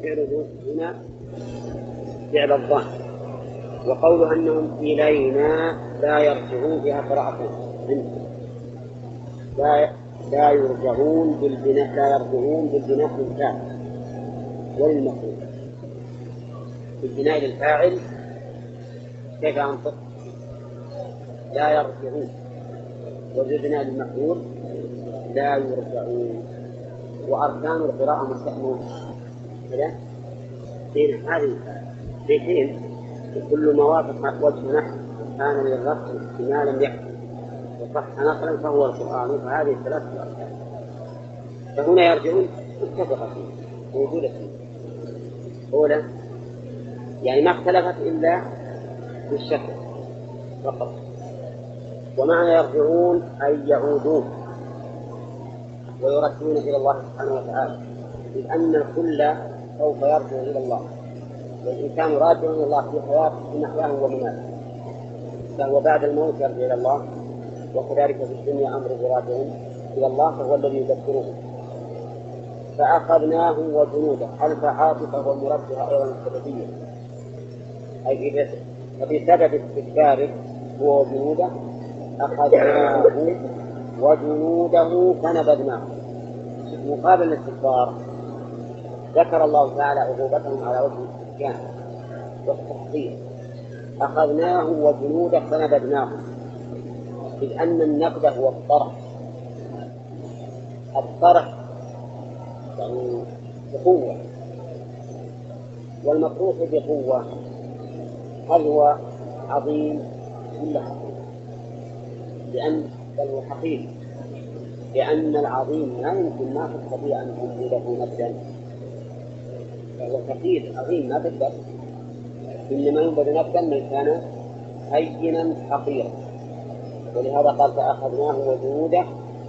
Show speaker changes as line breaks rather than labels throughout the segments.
فعله هنا فعل الظن. وقوله أنهم إلينا لا يرجعون فيها قراءة لا يرجعون بالبناء، لا يرجعون بالبناء للفاعل وللمفعول. بالبناء للفاعل كيف أنطق؟ لا يرجعون، وبالبناء للمفعول لا يرجعون. وأركان القراءة مستحمون كذا بين هذه بيتين، وكل ما وافق وجه نحو كان للرفع احتمالا يحصل وصح نقلا فهو القرآن. فهذه الثلاثة أركان. فهنا يرجعون متفقة فيه موجودة فيه أولا، يعني ما اختلفت إلا بالشكل فقط. ومعنى يرجعون أي يعودون ويردون إلى الله سبحانه وتعالى، لأن الكل سوف يرجع إلى الله، والإنسان راجع إلى الله في حياته في محياه ومماته، فهو بعد الموت يرجع إلى الله. وكذلك في الدنيا أمر راجع إلى الله، فهو الذي يذكره. فأخذناه وجنوده ألف عاطفة والمرجحة أيضا السببية، أي بسبب استكباره هو وجنوده أخذناه وجنوده فنبذناه. مقابل الاستكبار ذكر الله تعالى عقوبتهم على وجه الاستكبار والتحقير. أخذناه وجنوده فنبذناه، إذ أن النبذ هو الطرح. الطرح يعني بقوة، والمطروح بقوة هل هو عظيم ولا حقير؟ بل حقير، لأن العظيم لا يمكن ما تستطيع أن تنزل له نبذا، فهو حقير عظيم ما تقدر. إنما ينبذ نبذا من كان هينا حقيرا. ولهذا قال فأخذناه وجنوده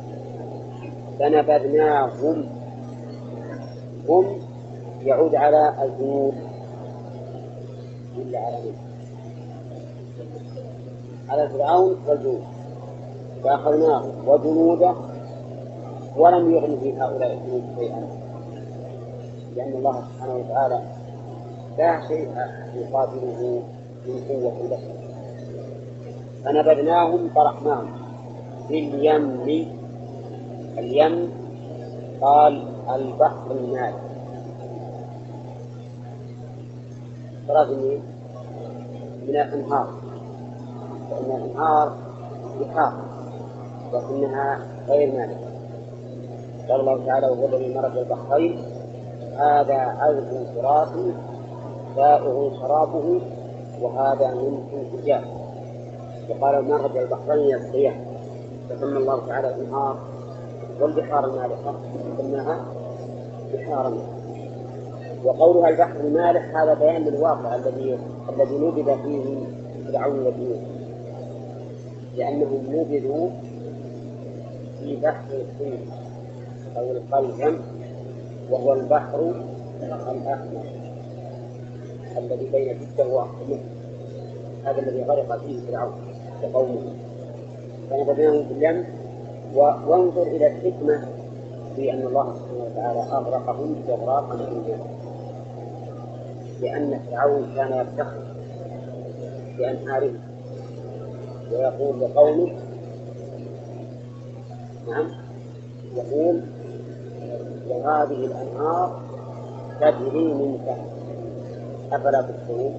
فنبذناهم. هم يعود على الجنود إلا على من؟ على فرعون والجنود. فأخذناه وجنوده ولم يغن في هؤلاء الجنود شيئا، لأن الله سبحانه وتعالى لا شيء يقابله من قوة البشر. فنبذناهم طرحناهم في اليم قال البحر المالح. فراد من الأنهار، فإن الأنهار بحار لكنها غير مالحة. قال الله تعالى وهو الذي مرج البحرين هذا عذب فرات سائغ شرابه وهذا ملح أجاج. وقال مرج البحرين يسقيان، فسمى الله تعالى الأنهار والبحار المالحة سماها بحارا. وقولها البحر المالح هذا بيان للواقع الذي نبذ فيه فرعون وجنوده، لأنهم نبذوا في بحر الحوت أو القلزم، وهو البحر الأحمر الذي بين جدة ومصر، هذا الذي غرق فيه فرعون وقومه. فنبذناهم في اليم. وانظر إلى الحكمة في أن الله سبحانه وتعالى أغرقهم إغراقا عظيما، لأن فرعون كان يفتخر بأنهاره ويقول لقومه يقول وهذه الأنهار تجري من تحت أفلا تبصرون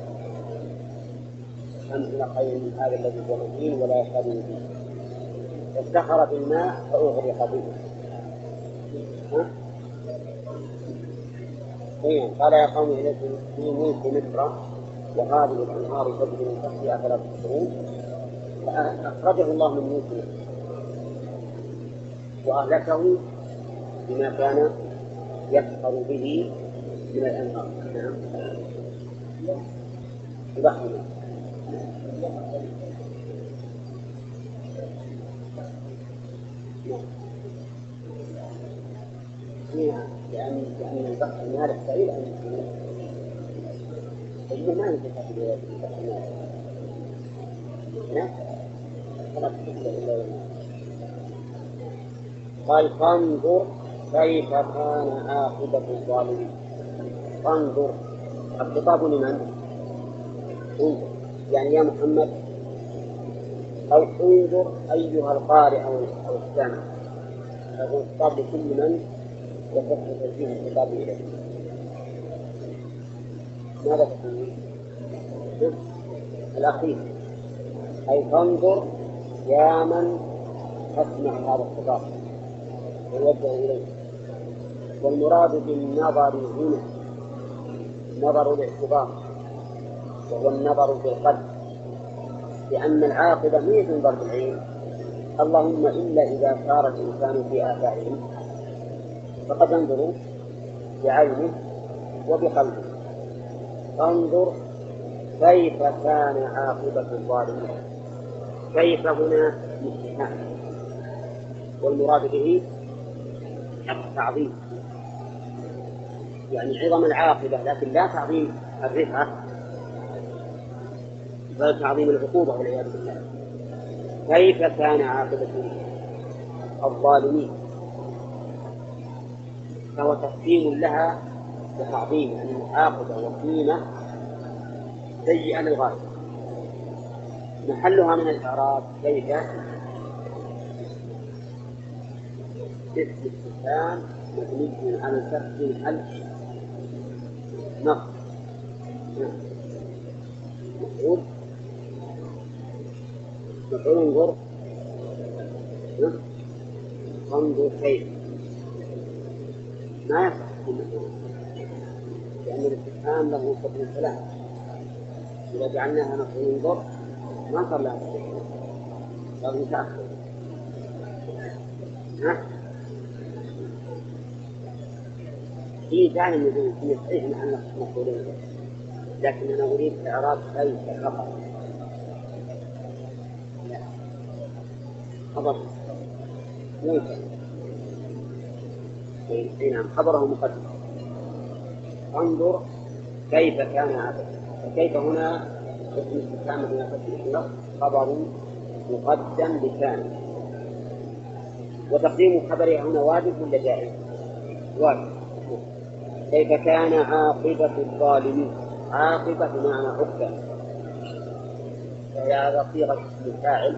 أم هو خير من هذا الذي هو مهين ولا يكاد يبين. فافتخر بالماء فأغرق به. قال يا قوم إليكم في ملك مصر وهذه الأنهار تجري من تحتها أفلا تبصرون. فأخرجه الله من ملك مصر وأهلكه بما كان يفخر به من الأنهار. البحر يعني البحر المالح بعيد عن المسلمين، فالجنة ما ينتفع بالبحر المالح فلا تحصل إلا بالماء. قال فانظر كيف كان عاقبة الظالمين. فانظر الخطاب لمن؟ انظر يعني يا محمد، أو انظر أيها القارئ أو السامع. هذا الخطاب لكل من يصح توجيه الخطاب إليه. ماذا تقول؟ الأخير، أي فانظر يا من تسمع هذا الخطاب ويوجه إليه. والمراد بالنظر هنا نظر الاعتبار، وهو النظر بالقلب، لأن العاقبة هي تنظر بالعين، اللهم إلا إذا صار الإنسان في آثارهم فقد ينظر بعينه وبقلبه. انظر كيف كان عاقبة الظالمين. كيف هنا استثناء، والمراد به التعظيم، يعني عظم العاقبة، لكن لا تعظيم الرفعة بل تعظيم العقوبة والعياذ بالله. كيف كان عاقبة الظالمين، فهو تقسيم لها وتعظيم، يعني عاقبة وقيمة سيئة للغاية. محلها من الإعراب كيف اسم استفهام مبني على الفتح في محل نصب مفعول انظر انظر كيف ما يصح، لأن الاستفهام له قبل ثلاث، إذا جعلناها مفعول انظر ما صار لها صار متأخر. في فعلا يقول في صحيح أن مفعولين، لكن أنا أريد إعراب كيف فقط. لا خبر ممكن نعم خبره مقدم. انظر كيف كان عاقبة، فكيف هنا اسم استفهام من فتح خبر مقدم بكان، وتقديم خبرها هنا واجب ولا جائز؟ واجب. كيف كان عاقبة الظالمين، عاقبة بمعنى عقبة، فهي هذا صيغة اسم الفاعل،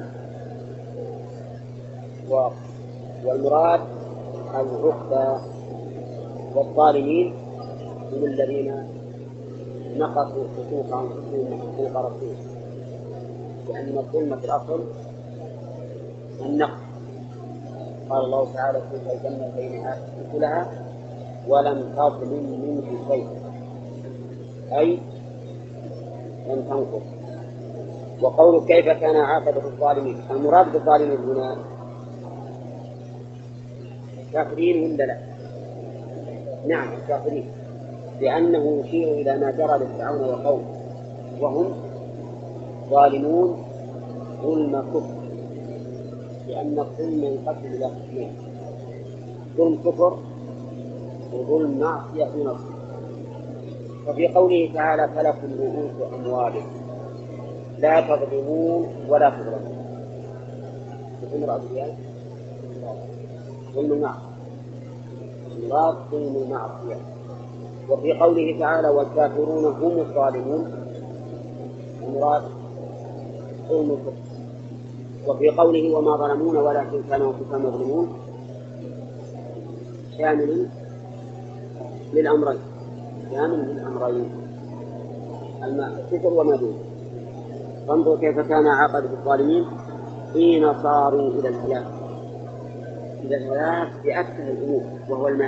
والمراد العقبة. والظالمين هم الذين نقصوا حقوقهم حقوق ربهم، لأن الظلم في الأصل النقص. قال الله تعالى كيف الجنة بينها كلها ولم تظلم منه شيء، أي لم تنقص. وقول كيف كان عاقبة الظالمين، المراد بالظالمين هنا الكافرين ولا لا؟ نعم الكافرين، لأنه يشير إلى ما جرى لفرعون وقومه وهم ظالمون ظلم كفر، لأن الظلم ينقسم إلى قسمين: ظلم كفر وظلم معصية دون الظلم. وفي قوله تعالى فلكم رؤوس أموالكم لا تظلمون ولا تظلمون، المراد بها ظلم المعصية، المراد ظلم المعصية. وفي قوله تعالى والكافرون هم الظالمون، المراد ظلم الكفر. وفي قوله وما ظلمون ولكن كانوا أنفسهم يظلمون، شامل للأمرين، شامل للأمرين الكفر وما دونه. فانظر كيف كان عاقبة الظالمين حين صاروا إلى الهلاك، بأتفه الأمور وهو الماء.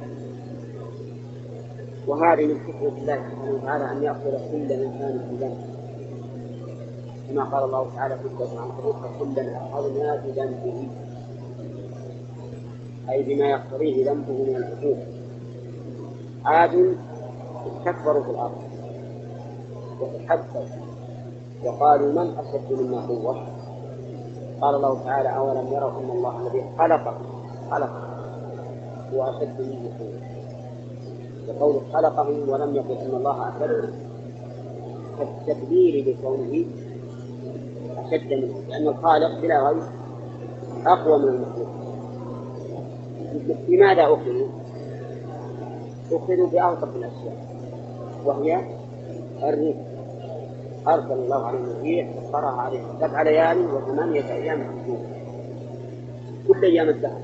وهذه من حكمة الله سبحانه وتعالى أن يأخذ كل إنسان بذنبه، كما قال الله تعالى في سورة العنكبوت فكلنا أخذنا بذنبه، أي بما يقتضيه ذنبه من العقوق. عاد استكبروا في الأرض وتحدثوا وقالوا من أشد منا قوة. قال الله تعالى أولم يروا أن الله الذي خلق هو أشد منه قوة. وقول خلقه ولم يقل أن الله أشد كالتكبير لكونه أشد منه، لأن الخالق بلا غير أقوى من المخلوق. لماذا أخذوا بأوصف الأشياء؟ وهي الريح. أرسل الله عليهم الريح فقرأها عليهم 7 ليال و8 أيام حسوما، كل أيام الدهر،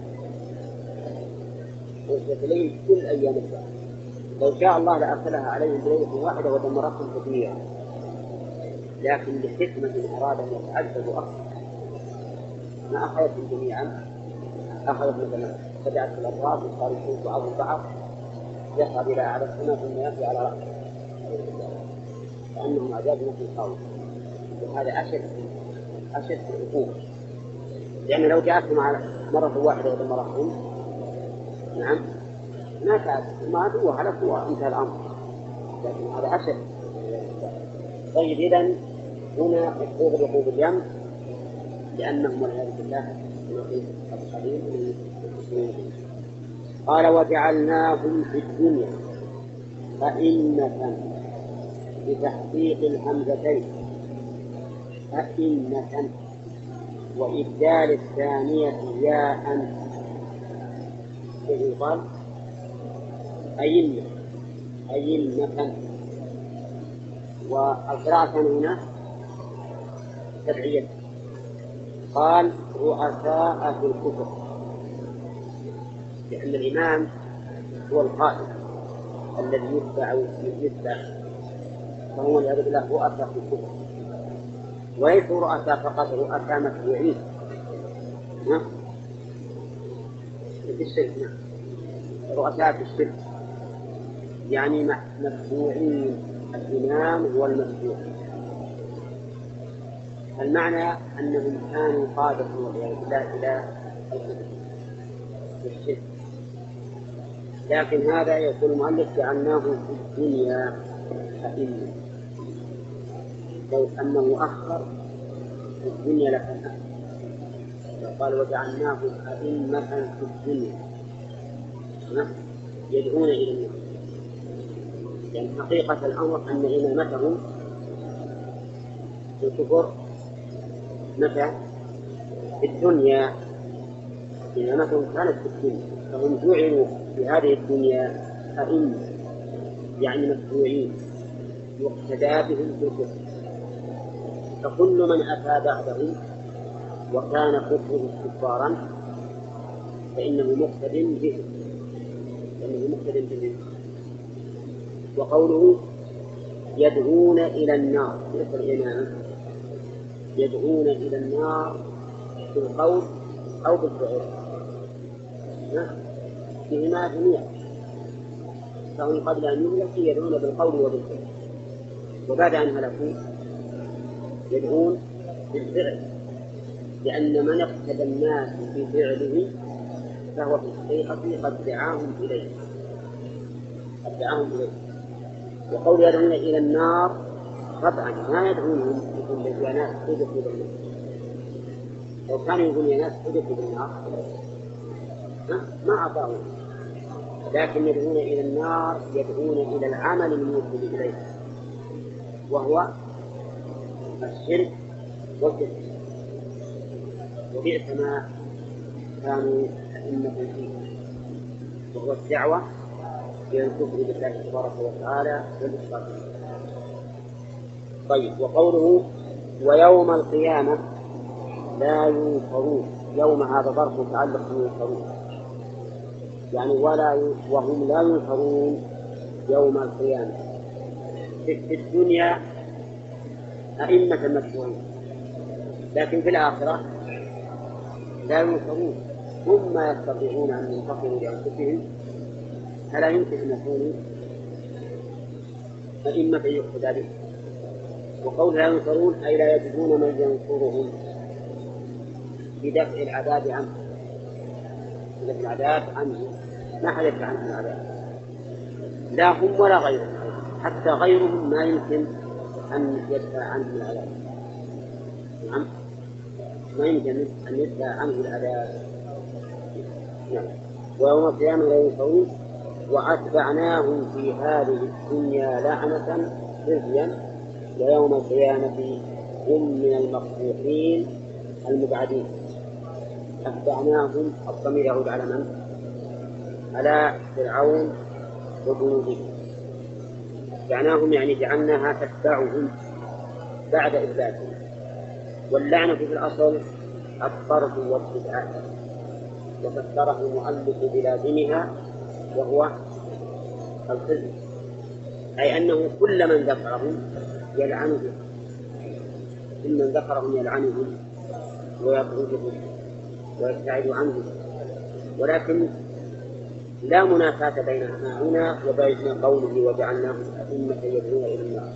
وتتلين كل أيام الدهر. لو شاء الله لأرسلها عليهم بليلة واحدة ودمرتهم تدميرا، لكن لحكمة أراد أن يتعذبوا أكثر ما أخذتهم جميعا. أخذت مثلا بدأت في الأبواب وصار يشوف بعض البعض يصعد إلى أعلى السماء ثم يأتي على رأسه كأنهم أعداد في القوم، وهذا أشد العقوبة، لأن لو جاءتهم على مرة واحدة ودمرتهم نعم ما كانت ما هو هلك وانتهى الأمر، لكن هذا أشد. طيب إذن هنا أغرقوا باليم لأنهم والعياذ بالله يقيم القليل من المسلمين. قال وجعلناهم في الدنيا أئمة بتحقيق الهمزتين، أئمة وإبدال الثانية ياء يقال أئمة أئمة، والقراءة هنا تبعية. قال رؤساء في الكفر، لأن الإمام هو القائد الذي يتبع، فهو والعياذ بالله رؤساء في الكفر، وليسوا رؤساء فقط، رؤساء متبوعين في الشرك، رؤساء في الشرك يعني متبوعين، الإمام هو المتبوع. المعنى أنهم كانوا قادة والعياذ بالله إلى الشرك، لكن هذا يقول المؤلف جعلناه في الدنيا أئمة، لو أنه أخر في الدنيا لكان أخر، قال وجعلناهم أئمة في الدنيا يدعون إلى النار، يعني حقيقة الأمر أن إمامتهم في الكفر متى؟ في الدنيا، إمامتهم كانت في الدنيا، فهم جعلوا في هذه الدنيا أئمة يعني متبوعين يقتدى بهم في الكفر، فكل من أتى بعدهم وكان كفره كفارا فإنه مقتد بهم، لأنه مقتد بهم. وقوله يدعون إلى النار، ليس الإمام، يدعون إلى النار في القول أو بالفعل فيهما جميعا، فهم قبل أن يهلكوا يدعون بالقول وبالفعل، وبعد أن هلكوا يدعون بالفعل، لأن من اقتدى الناس بفعله فهو في الحقيقة قد دعاهم إليه. وقول يدعون إلى النار طبعا ما يدعونهم يقول يا ناس ادخلوا بالنار، لو كانوا يقولون يا ناس ادخلوا بالنار ما أعطاهم، لكن يدعون إلى النار يدعون إلى العمل الموصل إليه وهو الشرك والكفر، وبئس ما كانوا أئمة فيه، وهو الدعوة إلى الكفر بالله تبارك وتعالى والإشراك به. طيب وقوله ويوم القيامة لا ينصرون، يوم هذا ظرف متعلق ينصرون يعني وهم لا ينصرون يوم القيامة. في الدنيا أئمة متبوعين، لكن في الآخرة لا ينصرون، هم ما يستطيعون أن ينتصروا لأنفسهم، فلا يمكن أن يكونوا أئمة يقتدى بهم. وقول لا ينصرون أي لا يجدون من ينصرهم بدفع العذاب عنه، بدفع العذاب عنه ما حدث عنهم العذاب، لا هم ولا غيرهم، حتى غيرهم ما يمكن أن يدفع عنهم العذاب. نعم ما يمكن أن يدفع عنه العذاب. نعم. ويوم القيامة لا ينصرون وأتبعناهم في هذه الدنيا لعنة خزيا ويوم القيامة هم من المقبوحين المبعدين. أتبعناهم الضمير يعود على من؟ على فرعون وجنوده، متعناهم يعني جعلناها تتبعهم بعد إثباتهم. واللعنة في الأصل الطرد والابتداء، وفسره المؤلف بلازمها وهو الخزي، أي أنه كل من ذكرهم يلعنهم، كل من ذكرهم يلعنهم ويطردهم ويبتعد عنهم. ولكن لا منافاة بين ما هنا وبين قوله وجعلناهم أئمة يدعون إلى النار،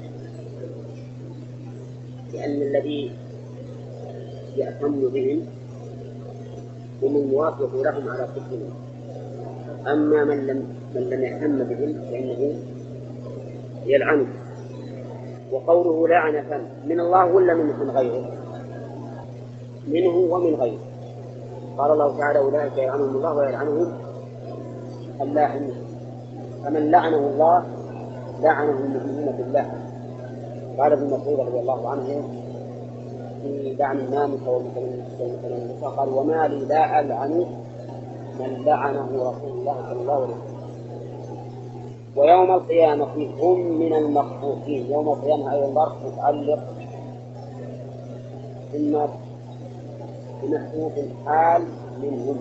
لأن الذي يأتم بهم هم الموافق لهم على كفرهم، أما من لم يهتم بهم فإنه يلعنه. وقوله لعنة من الله ولا من غيره؟ منه ومن غيره. قال الله تعالى أولئك يلعنهم الله ويلعنهم اللاعنون، فمن لعنه الله لعنه المؤمنون بالله. قال ابن مسعود رضي الله عنه في لعن الناموس والمتنمسة قال وما لي لا ألعن من لعنه رسول الله صلى الله عليه وسلم. ويوم القيامة هم من المخلوقين. يوم القيامة أيضا ظرف متعلق إما بمخلوق حال منهم،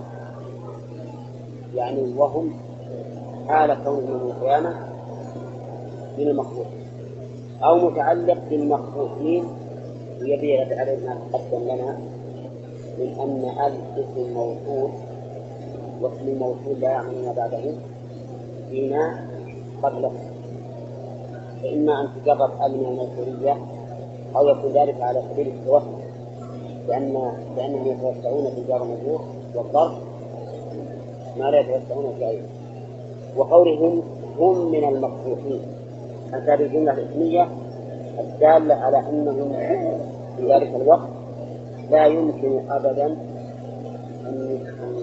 يعني وهم حال كونهم من القيامة من المخلوقين، أو متعلق بالمخلوقين ويبي يرد عليه ما تقدم لنا من أن اسم موصول، واسم الموصول لا يعني ما بعده فيما قبله، فإما أن تجرب من الموصولية أو يكون ذلك على سبيل التوسع، لأنهم يتوسعون في الجار والمجرور والظرف ما لا يتوسعون في غيره. وقولهم هم من المخلوقين هذه الجملة الاسمية الدالة على أنهم في ذلك الوقت لا يمكن أبدا أن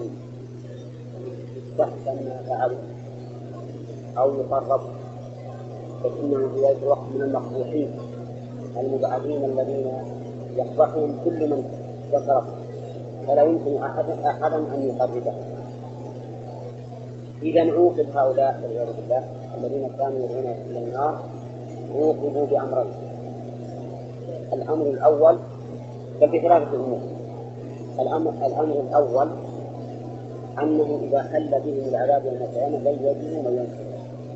يستحسن ما فعلوا أو يقرب، فإنهم في ذلك الوقت من المخلوقين المبعدين الذين يصبحون كل من ذكره، فلا يمكن أحدا أن يقربه. إذا عوقب هؤلاء والعياذ بالله الذين كانوا يدعون إلى النار عوقبوا بأمرين. الأمر الأول بل بثلاثة أمور. الأمر الأول أنه إذا حل بهم العذاب يوم القيامة لن يجدوا من ينصرون،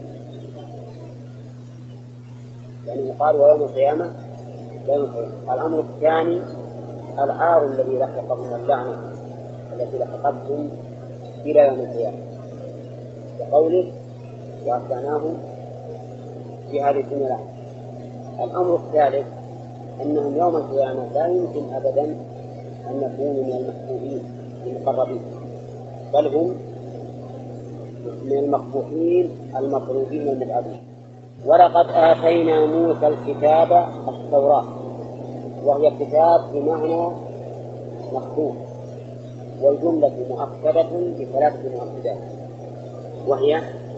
يعني قال ويوم القيامة لا ينصرون. الأمر الثاني العار الذي لحق من اللعنة التي لحقتهم إلى يوم القيامة، بقوله وأتبعناهم في هذه الدنيا. الأمر الثالث أنهم يوم القيامة لا يمكن أبدا أن يكونوا من المحبوبين المقربين، بل هم من المقبوحين المطلوبين المبعدين. ولقد آتينا موسى الكتاب التوراة، وهي كتاب بمعنى مكتوب، والجملة مؤكدة بثلاثة مؤكدات، وهي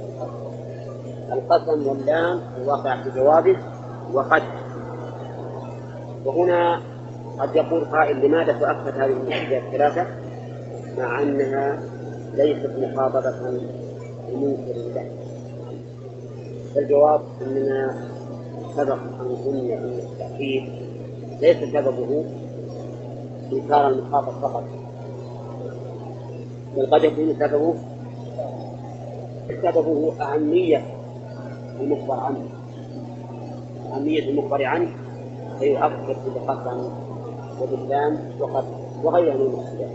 القسم واللام الواقع في جوابه وقد. وهنا قد يقول قائل لماذا تؤكد هذه المؤكدات الثلاثة مع أنها ليست مخاطبة لمنكر له؟ فالجواب أننا سبق أن قلنا أن التأكيد ليس سببه إنكار المخاطب فقط، بل قد يكون سببه أهمية المخبر عنه، أهمية المخبر عنه فيؤكد بالقسم وباللام وقد وغيرها من المؤكدات.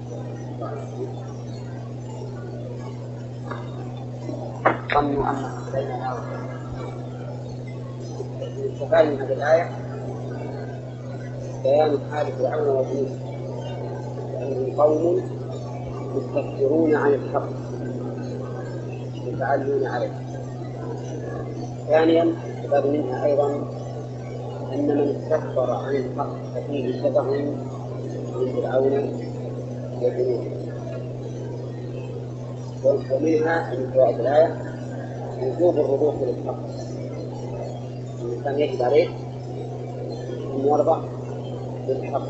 ظنوا أنهم بينها يستفاد من هذه الآية بيان حال فرعون وجنوده لأنهم قوم مستكبرون عن الحق متعلون عليه. ثانيا يستفاد منها أيضا أن من استكبر عن الحق ففيه شبه من فرعون وجنوده. ومنها من فوائد الآية وجوب الرجوع للحق. الإنسان يجب عليه أن يرضى بالحق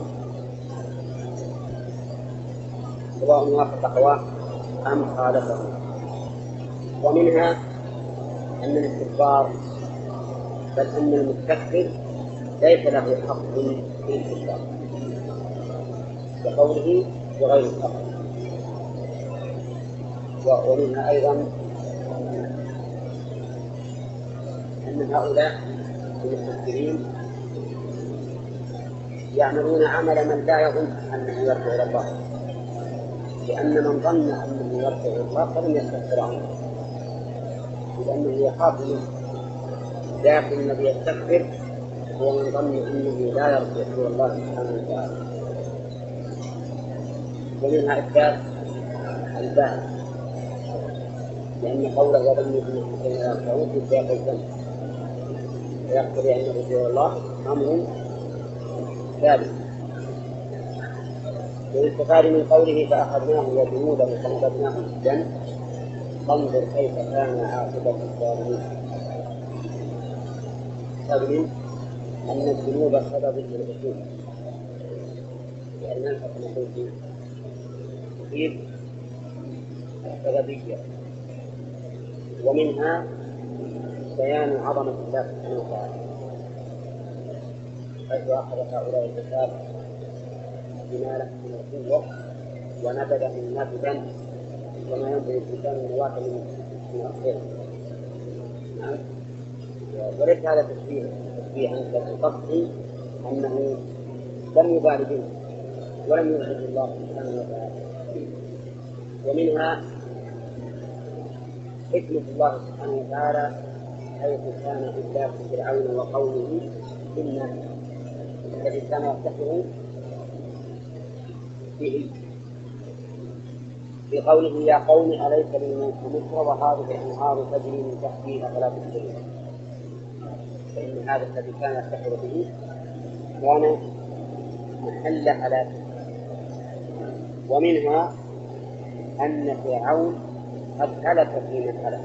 سواء وافق هواه أم خالفه. ومنها أن الاستكبار بل أن المستكبر ليس له حق في الاستكبار كقوله بغير الحق. ومنها أيضا أن هؤلاء المستكبرين يعملون عمل من لا يظن أنه يرجع إلى الله، لأن من ظن أنه يرجع إلى الله فلم يستكبر عنه لأنه يخاف منه. لكن الذي يستكبر هو من ظن أنه لا يرجع إلى الله سبحانه وتعالى. ومنها إثبات الباء لأن قوله وظن أنه كان يرجعون في سياق الذنب ويقتضي أن الرجوع إلى الله أمر ثابت. والاستفاد من قوله فأخذناه وجنوده فنبذناه في الجنة فانظر كيف كان عاقبة الظالمين. استفاد أن الذنوب سبب للعقوبة لأن الحكم نقول فيه سببية. ومنها بيان عظمة الله سبحانه وتعالى حيث أخذ هؤلاء الكتاب بما له من القوة ونبذه نبذا وما ينبغي الإنسان من واحد من أخيره. وليس هذا تشبيها كالقصد أنه لم يبالي به ولم يعجز الله سبحانه وتعالى. ومنها حكمة الله سبحانه وتعالى حيث كان إهلاك فرعون وقومه بالناس الذي كان يفتخر به في قوله يا قوم أليس لي ملك مصر وهذه الأنهار تجري من تحتي أفلا تبصرون. فإن هذا الذي كان يفتخر به كان محل هلاكه. ومنها أن فرعون قد هلك في من هلك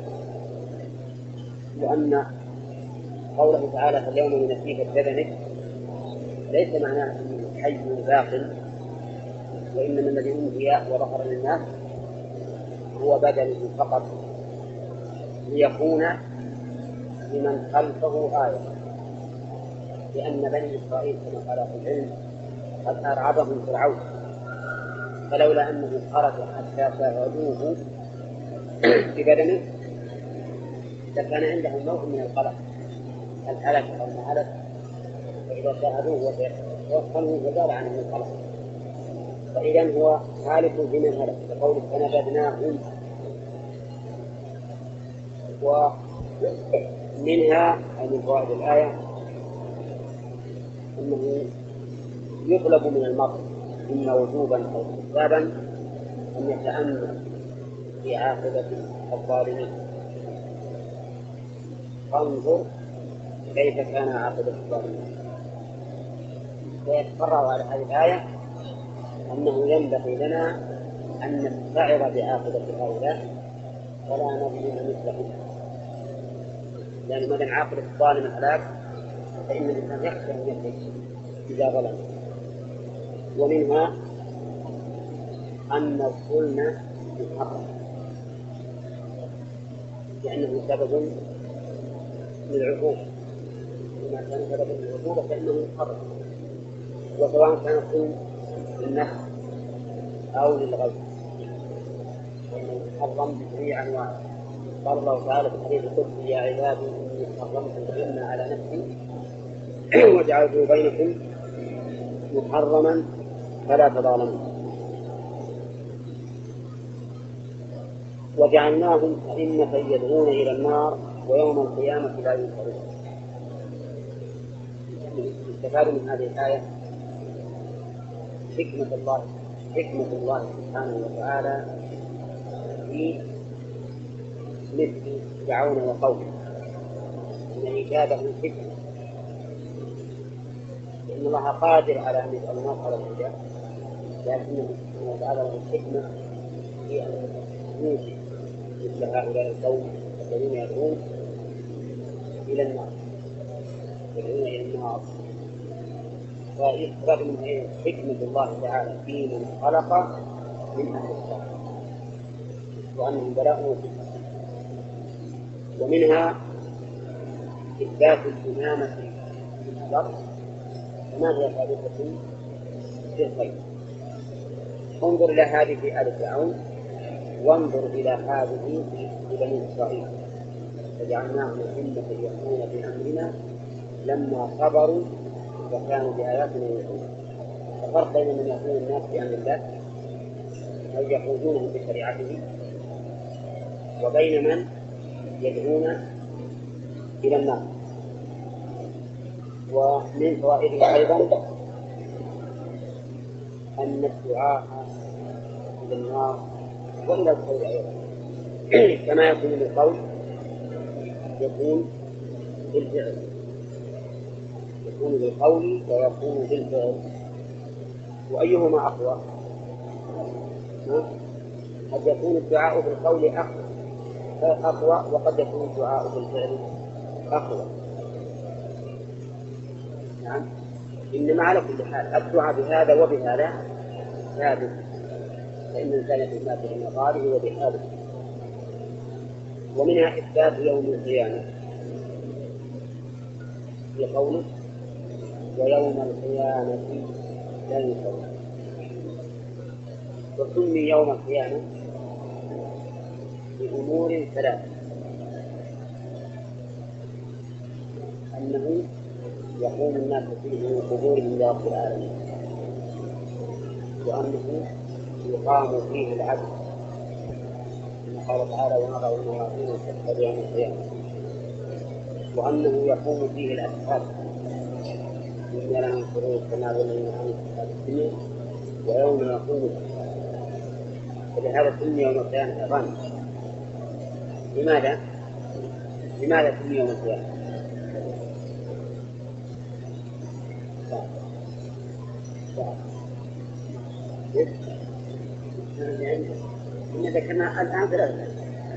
لأن قوله تعالى فاليوم ننجيك ببدنك ليس معناه أنه حي باق، وإنما الذي أنجي وظهر للناس هو بدنه فقط ليكون لمن خلفه آية. لأن بني إسرائيل كما قال في العلم قد أرعبهم فرعون فلولا أنه خرج حتى شاهدوه ببدنه لكان عندهم نوع من القلق هل هلك أو ما هلك، فإذا شاهدوه وتوصلوا وزال عنهم القلق. فإذا هو هالك بمن هلك لقوله فنبذناهم. ومنها أي من فوائد الآية أنه يطلب من المرء إما وجوبا أو استحبابا أن يتأمل في عاقبة الظالمين. فانظر كيف كان عاقبة الظالمين. ويتقرر على هذه الآية أنه ينبغي لنا أن نستعر بعاقبة هؤلاء ولا نظلم مثلهم، لأن ما دام عاقبة الظالم الهلاك فإن الإنسان يخشى أن يهلك إذا ظلم. ومنها أن الظلم محرم لأنه سبب للعقوبة، وما كان سببا للعقوبة فإنه محرم، وسواء كان الظلم للنفس أو للغير فإنه محرم بجميع أنواعه. قال الله تعالى في الحديث القدسي يا عبادي إني حرمت الظلم على نفسي وجعلته بينكم محرما فلا تظالموا. وجعلناهم أئمة يدعون إلى النار ويوم القيامة لا ينصرون. استفاد من هذه الآية حكمة الله سبحانه وتعالى في مثل فرعون وقومه، أن إجابة حكمة، لأن الله قادر على أن يسأل الناس على الهدى، لكنه سبحانه وتعالى له الحكمة في أن يوجد مثل هؤلاء القوم الذين يدعون إلى النار ويستفاد من حكمة الله تعالى في من خلق من أهل الشر وأنهم بلاء وفتنة. ومنها إثبات الإمامة في الشر، وما هي ثابتة في الخير. انظر إلى هذه في آل فرعون، وانظر إلى هذه في بني إسرائيل، فجعلناهم أئمة يهدون بأمرنا لما صبروا وكانوا بآياتنا يؤمنون. الفرق بين من يهدون الناس بأمر الله أو يخرجونهم بشريعته وبين من يدعون إلى النار. ومن فوائده أيضا أن الدعاء إلى النار وإلى الخير أيضا كما يكون بالقول يكون بالفعل، يكون بالقول ويكون بالفعل. وأيهما أقوى؟ قد يكون الدعاء بالقول أقوى وقد يكون الدعاء بالفعل أقوى. نعم، إنما على كل حال الدعاء بهذا وبهذا ثابت، فإن الإنسان يتمات بمقاله وبحاله. ومنها إثبات يوم القيامة في قوله ويوم القيامة لا ينصرون. وسمي يوم القيامة بأمور ثلاث: أنه يقوم الناس فيه من قبورهم لرب العالمين، وأنه يقام فيه العدل كما قال تعالى ونضع الموازين القسط يوم القيامة، وأنه يقوم فيه الأشهاد إنا لننصرون كما ولينا عن أصحاب الدنيا ويوم يقوم الأشهاد. فلهذا سمي يوم القيامة أيضا. لماذا سمي يوم القيامة؟ إن ذكرنا الآن ثلاثة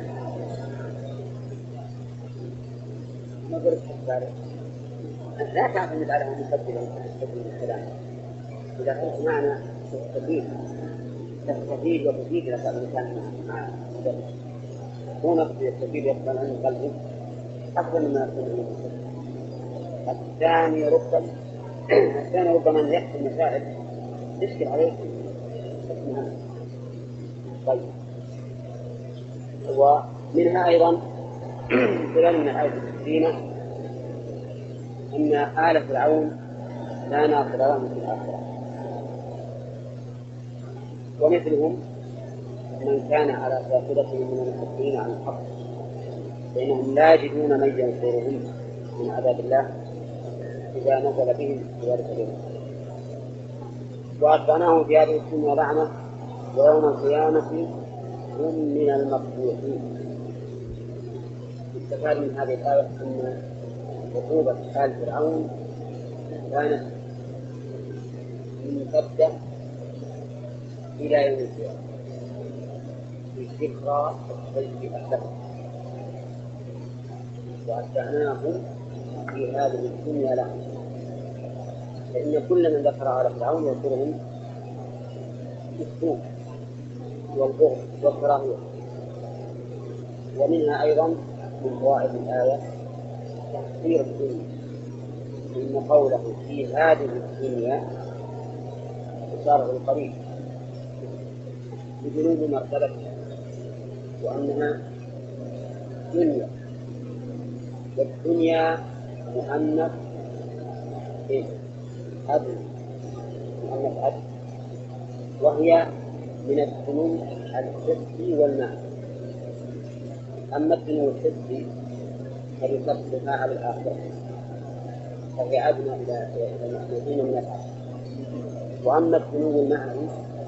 نظر الحسابة لا تعتمد على أن نقدم الكلام. إذا كنت معنا تستفيد وتفيد لك الإنسان مع مدرس كونك يستفيد يقبل عن قلبه أفضل مما يكون الثاني ربما يحصل مسائل تشكل عليه. طيب، ومنها أيضا كلام من الآية الكريمة أن آل فرعون لا ناصر لهم في الآخرة، ومثلهم من كان على شاكلتهم من المسلمين عن الحق فإنهم لا يجدون من ينصرهم من عذاب الله إذا نزل بهم ذلك اليوم. وأتبعناهم في هذه الدنيا لعنة ويوم القيامة هم من المقبوحين. استفاد من هذه الآية أن عقوبة آل فرعون كانت ممتدة إلى يوم القيامة بذكرى الشيء أهلهم. وأتبعناهم في هذه الدنيا لعنة، فإن كل من ذكر على فرعون يذكرهم بالسوء والبغض والكراهية. ومنها أيضا من فوائد الآية تحذير الدنيا، إن قوله في هذه الدنيا إشارة القريب بجنوب مرتبتها وأنها دنيا، والدنيا مؤنث عدل، مؤنث عدل، وهي من الفنون الحسي والمعنى. أما الدنو الحسي فليصرفها على الآخرة فهي أدنى إلى مدينة من الآخرة. وأما الدنو المعنوي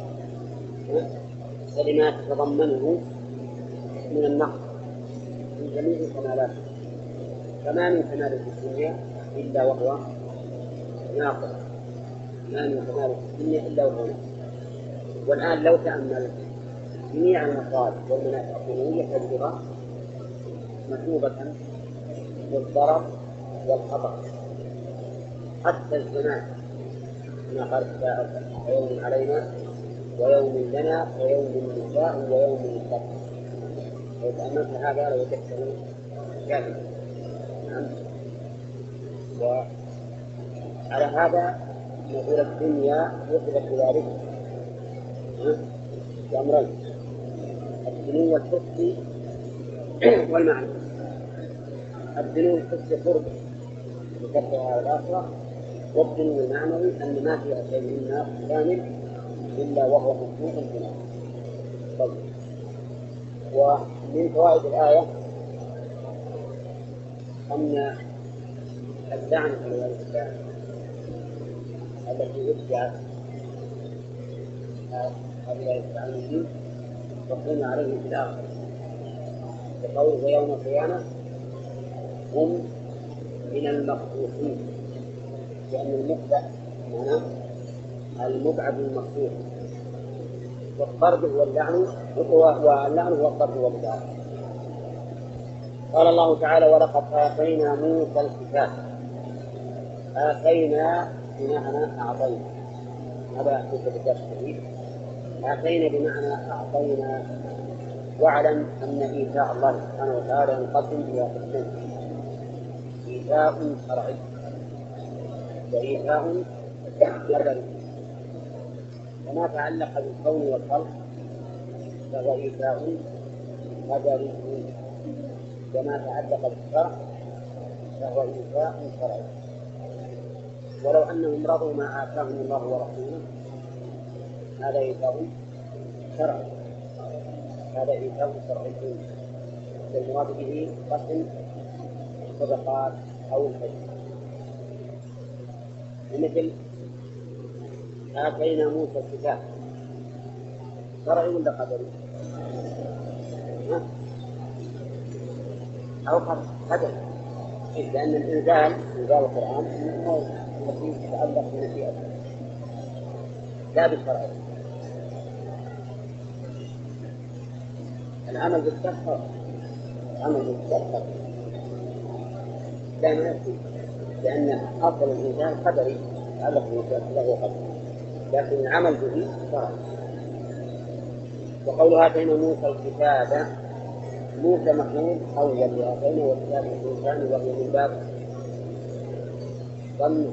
فلما تتضمنه من النقص من جميع كمالاته، فما من كمال في الدنيا إلا وهو ناقص، ما من كمال في الدنيا إلا وهو ناقص. والآن لو تأمل جميع المصالح والمنافع الدنيوية تجدها مكتوبة بالضرر والخطر، حتى الزمان كما قال الشاعر: ويوم علينا ويوم لنا ويوم للنساء ويوم للذكر. لو تأملت هذا لوجدته كاملا. نعم. وعلى هذا نقول الدنيا يثبت ذلك بأمرين: الدنو الحسي والمعنى. الدنو الحسي قرب بكثرة على الآخرة، والدنو المعنوي أن ما في شيء منا كامل إلا وهو مخلوق في النار. طيب. ومن فوائد الآية أن اللعنة والعياذ بالله التي ادعت هؤلاء الزعيمين تكون عليهم في الآخرة، بقوله: ويوم القيامة هم من المقبوحين، لأن المقبح معناه المبعد المقبوح، والطرد هو اللعن، واللعن هو الطرد والبعد. قال الله تعالى: ولقد آتينا موسى الكتاب. آتينا بمعنى أعطينا، هذا في الكتاب الشريف. آتينا بمعنى أعطينا. واعلم أن إيتاء الله سبحانه وتعالى ينقسم إلى قسمين: إيتاء شرعي وإيتاء قدري. وما تعلق بالكون والخلق فهو إيتاء قدري، وما تعلق بالشرع فهو إيتاء شرعي. ولو أنهم رضوا ما آتاهم الله ورسوله هذا إيتاء شرعي، هذا إيتاء شرعي. المراد به قسم الصدقات أو الحج. مثل آتينا موسى الكتاب، شرعي ولا قدري؟ أو قدري، لأن إنزال القرآن التي تتعلق بمشيئته لا بالشرع. العمل بالشرع لا يكفي، لأن أصل الإنسان قدري يتعلق بمشيئته له قدر، لكن العمل به شرع. وقول آتينا موسى الكتاب، موسى مفعول أول لآتينا، والكتاب مفعول ثاني، وهو من باب ظن،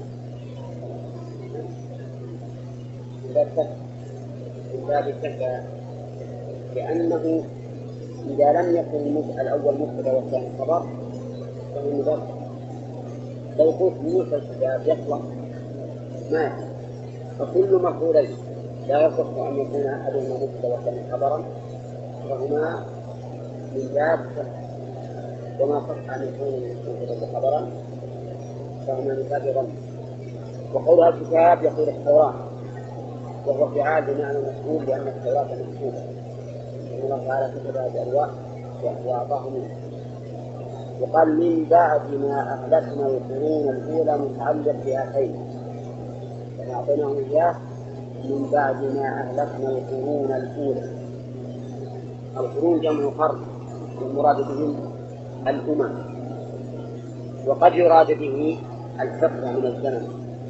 من باب كفى، لأنه إذا لم يكن الأول مبتدأ والثاني خبر فهو مضاف. لو قلت موسى الكتاب يطلق ما، فكل مفعولين لا يصح أن يكون أحدهما مبتدأ والثاني خبرا، فهما من باب كفى. وما صح أن يكون مبتدأ خبرا فهما من باب ظن. وقولها الكتاب يقول التوراة، وهو فعال بمعنى مفعول، لأن التوراة مكتوبة، لأن الله تعالى كتبها بألواح وأعطاه منه. وقال من بعد ما أهلكنا القرون الأولى متعلق بآتينا، يعني أعطيناهم إياه من بعد ما أهلكنا القرون الأولى. القرون جمع قرن، والمراد بهم الأمم، وقد يراد به الفترة من الزمن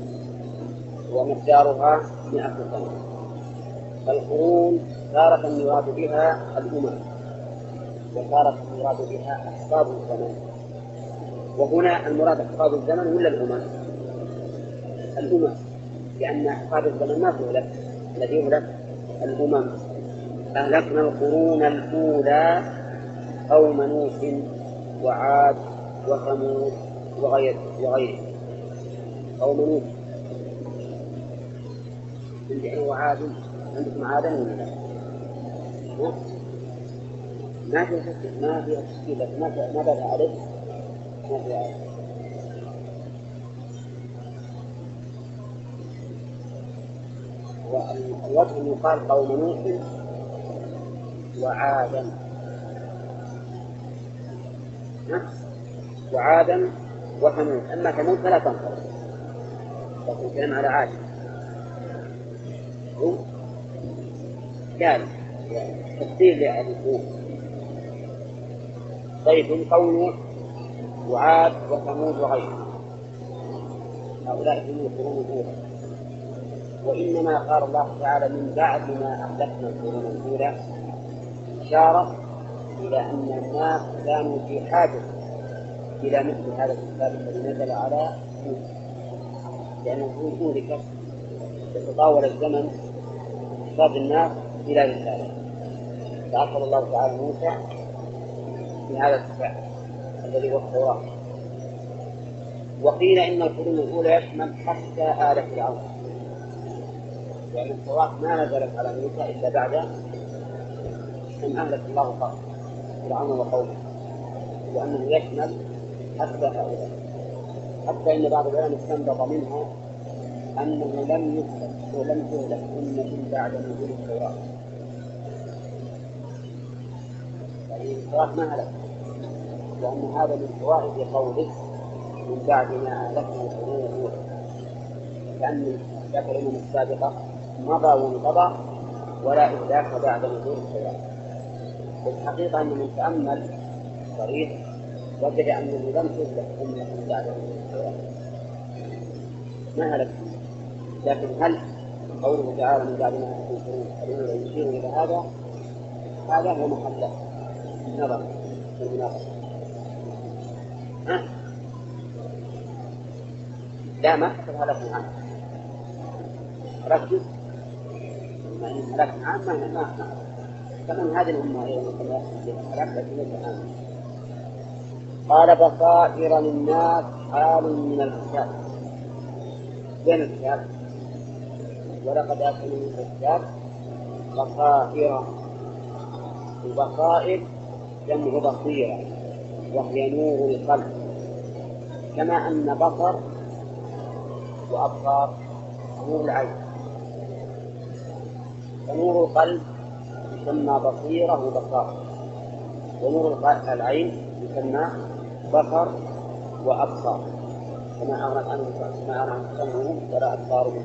ومقدارها 100 سنة. فالقرون تارة يراد بها الأمم، وتارة يراد بها أحقاب الزمن. وهنا المراد أحقاب الزمن ولا الأمم؟ الأمم، لأن أحقاب الزمن ما تهلك، الذي يهلك الأمم. أهلكنا القرون الأولى قوم نوح وعاد وثمود وغيره. قوم نوح وعاد، عندكم عادا ولا لا؟ ما في تشكيل، ما في تشكيل، لكن ما بدأ ألف، ما في ألف. والوجه أن يقال قوم نوح وعادا، وعادا وثمود. أما ثمود فلا تنطق، لكن كلام على عاد قال تفسير لأبوه. طيب قوله وعاد وثمود وغيرهم، هؤلاء هم القرون الأولى. وإنما قال الله تعالى من بعد ما أهلكنا القرون الأولى إشارة إلى أن الناس كانوا في حاجة إلى مثل هذا الكتاب الذي نزل على موسى، لأنه أهلكت يتطاول الزمن احتاج الناس إلى رسالة، فأرسل الله تعالى موسى في هذا الكتاب الذي هو التوراة. وقيل إن القرون الأولى يشمل حتى آل فرعون، لأن التوراة ما نزلت على موسى إلا بعد أن أهلك الله فرعون وقومه، وأنه يشمل حتى هؤلاء. حتى إن بعض العلماء استنبط منها أنه لم يهلك ولم تهلك أمة بعد نزول التوراة، يعني التوراة ما هلك، لأن هذا من فوائد قوله من بعد ما أهلكنا القرون الأولى، كأن ذاك الأمم السابقة مضى وانقضى ولا إهلاك بعد نزول التوراة. والحقيقة أن من تأمل صريح وجد أنه لم تهلك أمة بعد نزول التوراة، ما هلك. لكن هل قوله تعالى من بعد ما أهلكنا القرون الأولى يشير إلى هذا؟ هذا هو محل النظر في المناقشة. لا، ما حسب هلكنا عنه، ركز ما إن هلكنا عنه ما كمان هذه الأمة أيضا هلكت عنه. قال بصائر للناس حال من الكتاب. وين الكتاب؟ ولقد آتينا من الكتاب بصائر. البصائر جمع بصيرة وهي نور القلب، كما أن بصر وأبصار نور العين، فنور القلب يسمى بصيرة وبصار، ونور العين يسمى بصر وأبصار، كما أغنت عنه سمعهم ولا أبصارهم.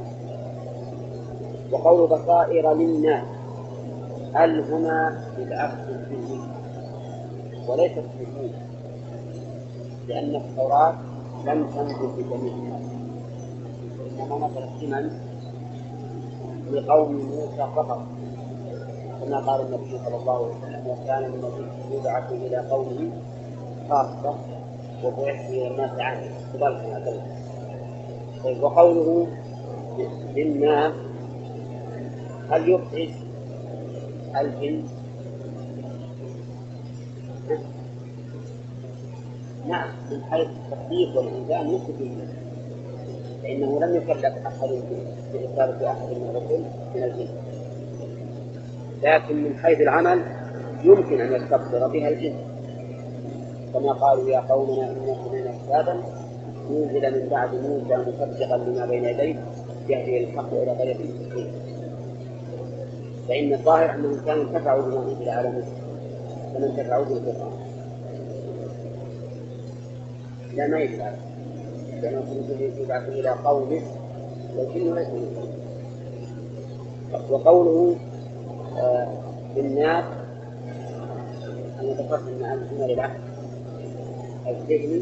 وقول بصائر للناس هل هنا للعكس الجنسي وليست الجنسي، لأن التوراة لم تنزل بجميع الناس، إنما نزلت لمن؟ لقوم موسى فقط، كما قال النبي صلى الله عليه وسلم وكان النبي يبعث إلى قومه خاصة وبعث إلى الناس عامة. وقوله للناس هل يبعد الجنس؟ نعم، من حيث التصديق والإنسان يثبت الجنس، فإنه لم يكلف أحد برسالة أحد من الرسل من الجنس، لكن من حيث العمل يمكن أن يستبصر بها الجنس، كما قالوا يا قومنا إنا سمعنا كتابا أنزل من بعد موسى مصدقا لما بين يديه يهدي الحق إلى طريق مستقيم. فإن الظاهر أنهم كانوا انتفعوا بما أنزل على موسى كما انتفعوا بالقرآن. لا، ما يجب هذا، لأنه يبعث إلى قومه والجن ليس منهم. وقوله للناس أن يتقدم مع الجمل العهد الذهني.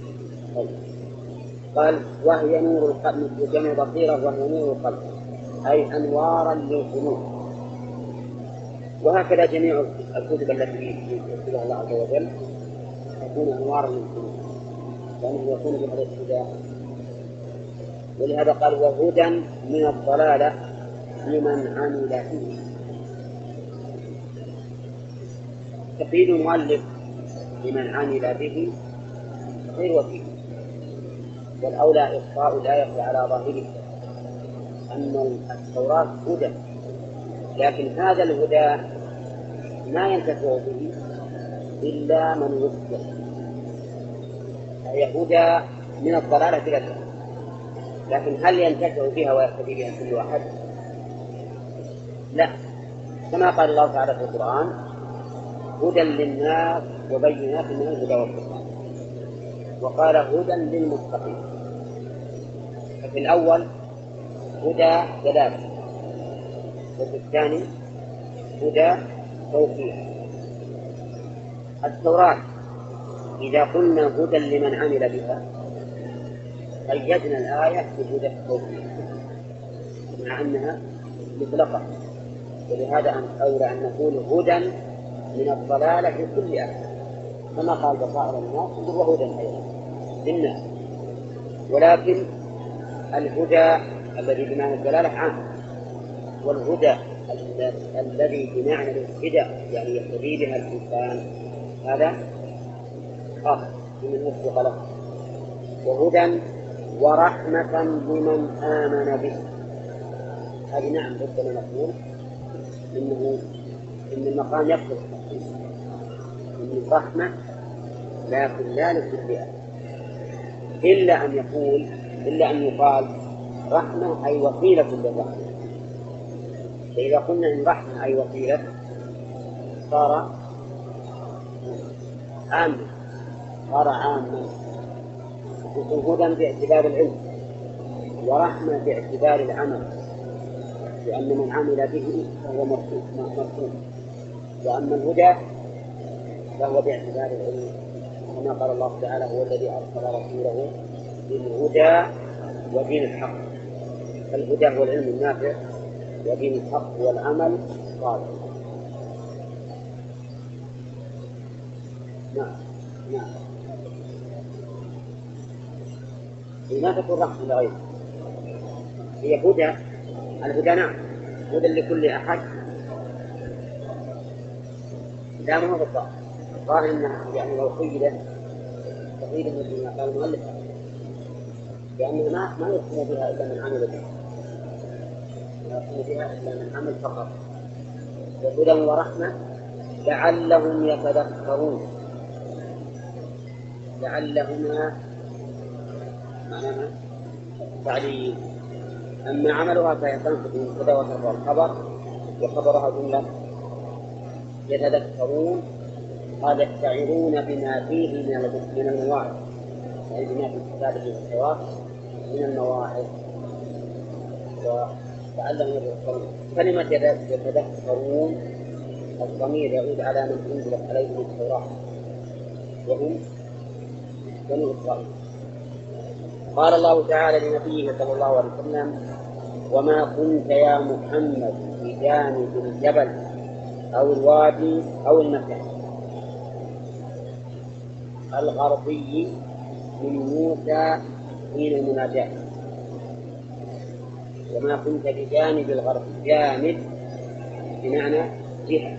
قال وهي نور القلب، وجمع بصيرة وهي نور القلب أي أنوارا للقلوب. وهكذا جميع الكتب التي يرسلها الله عز وجل تكون أنوارا للقلوب، لأنه يكون بهذا الاتجاه. ولهذا قال وهدى من الضلالة لمن عمل به. تقييد المؤلف لمن عمل به غير وكيل، والأولى إخفاء الآية على ظاهره أن التوراة هدى، لكن هذا الهدى ما ينتفع به إلا من وفق، أي هدى من الضلالة إلى الهدى. لكن هل ينتفع بها ويهتدي بها كل واحد؟ لا، كما قال الله تعالى في القرآن: هدى للناس وبينات من الهدى والفرقان. وقال: هدى للمتقين. ففي الأول هدى دلالة، وفي الثاني هدى توفيق. التوراة إذا قلنا هدى لمن عمل بها قيدنا الآية بهدى التوفيق مع أنها مطلقة، ولهذا أولى أن نقول هدى من الضلالة لكل أحد، كما قال بصائر الناس وهدى أيضا للناس. ولكن الهدى الذي بمعنى الدلالة عام، والهدى الذي بمعنى الاهتداء يعني يهتدي بها الإنسان هذا خاص بمن وفق له. وهدى ورحمة لمن آمن به، هذه نعم ربما نقول إن المقام يقصد التخصيص من الرحمة، لكن لا لكل أحد، إلا أن يقال رحمة أي وسيلة للرحمة. فإذا قلنا إن رحمة أي وسيلة صار عاما. هدى باعتبار العلم، ورحمة باعتبار العمل، لأن من عمل به فهو مرحوم. وأما الهدى فهو باعتبار العلم، كما قال الله تعالى: هو الذي أرسل رسوله بالهدى ودين الحق. فالهدى هو العلم النافع، ودين الحق هو العمل الصالح. نعم. ما تكون رحمة لغيره، هي هدى. الهدى نعم هدى لكل أحد، لا ما هو بالضبط. الظاهر إنها يعني لو قيدت تقييد مثل ما قال المؤلف، لأنها ما يحكم بها إلا من عمل بها، لا يحكم بها إلا من عمل فقط. وهدى ورحمة لعلهم يتذكرون، لعلهما معناها تعليل. أما عملها فهي تنصب المبتدأ والخبر، وخبرها جملة يتذكرون، قال يستعيرون بما فيه من المواعظ، يعني بما في الكتاب والتوراة من المواعظ. ولعلهم يتذكرون. كلمة يتذكرون الضمير يعود على من أنزلت عليهم التوراة وهم بنو إسرائيل. قال الله تعالى لنبيه صلى الله عليه وسلم: وما كنت يا محمد بجانب الجبل أو الوادي أو المكان الغربي من موسى حين المناجاة. وما كنت بجانب الغرب، جانب بمعنى جهة،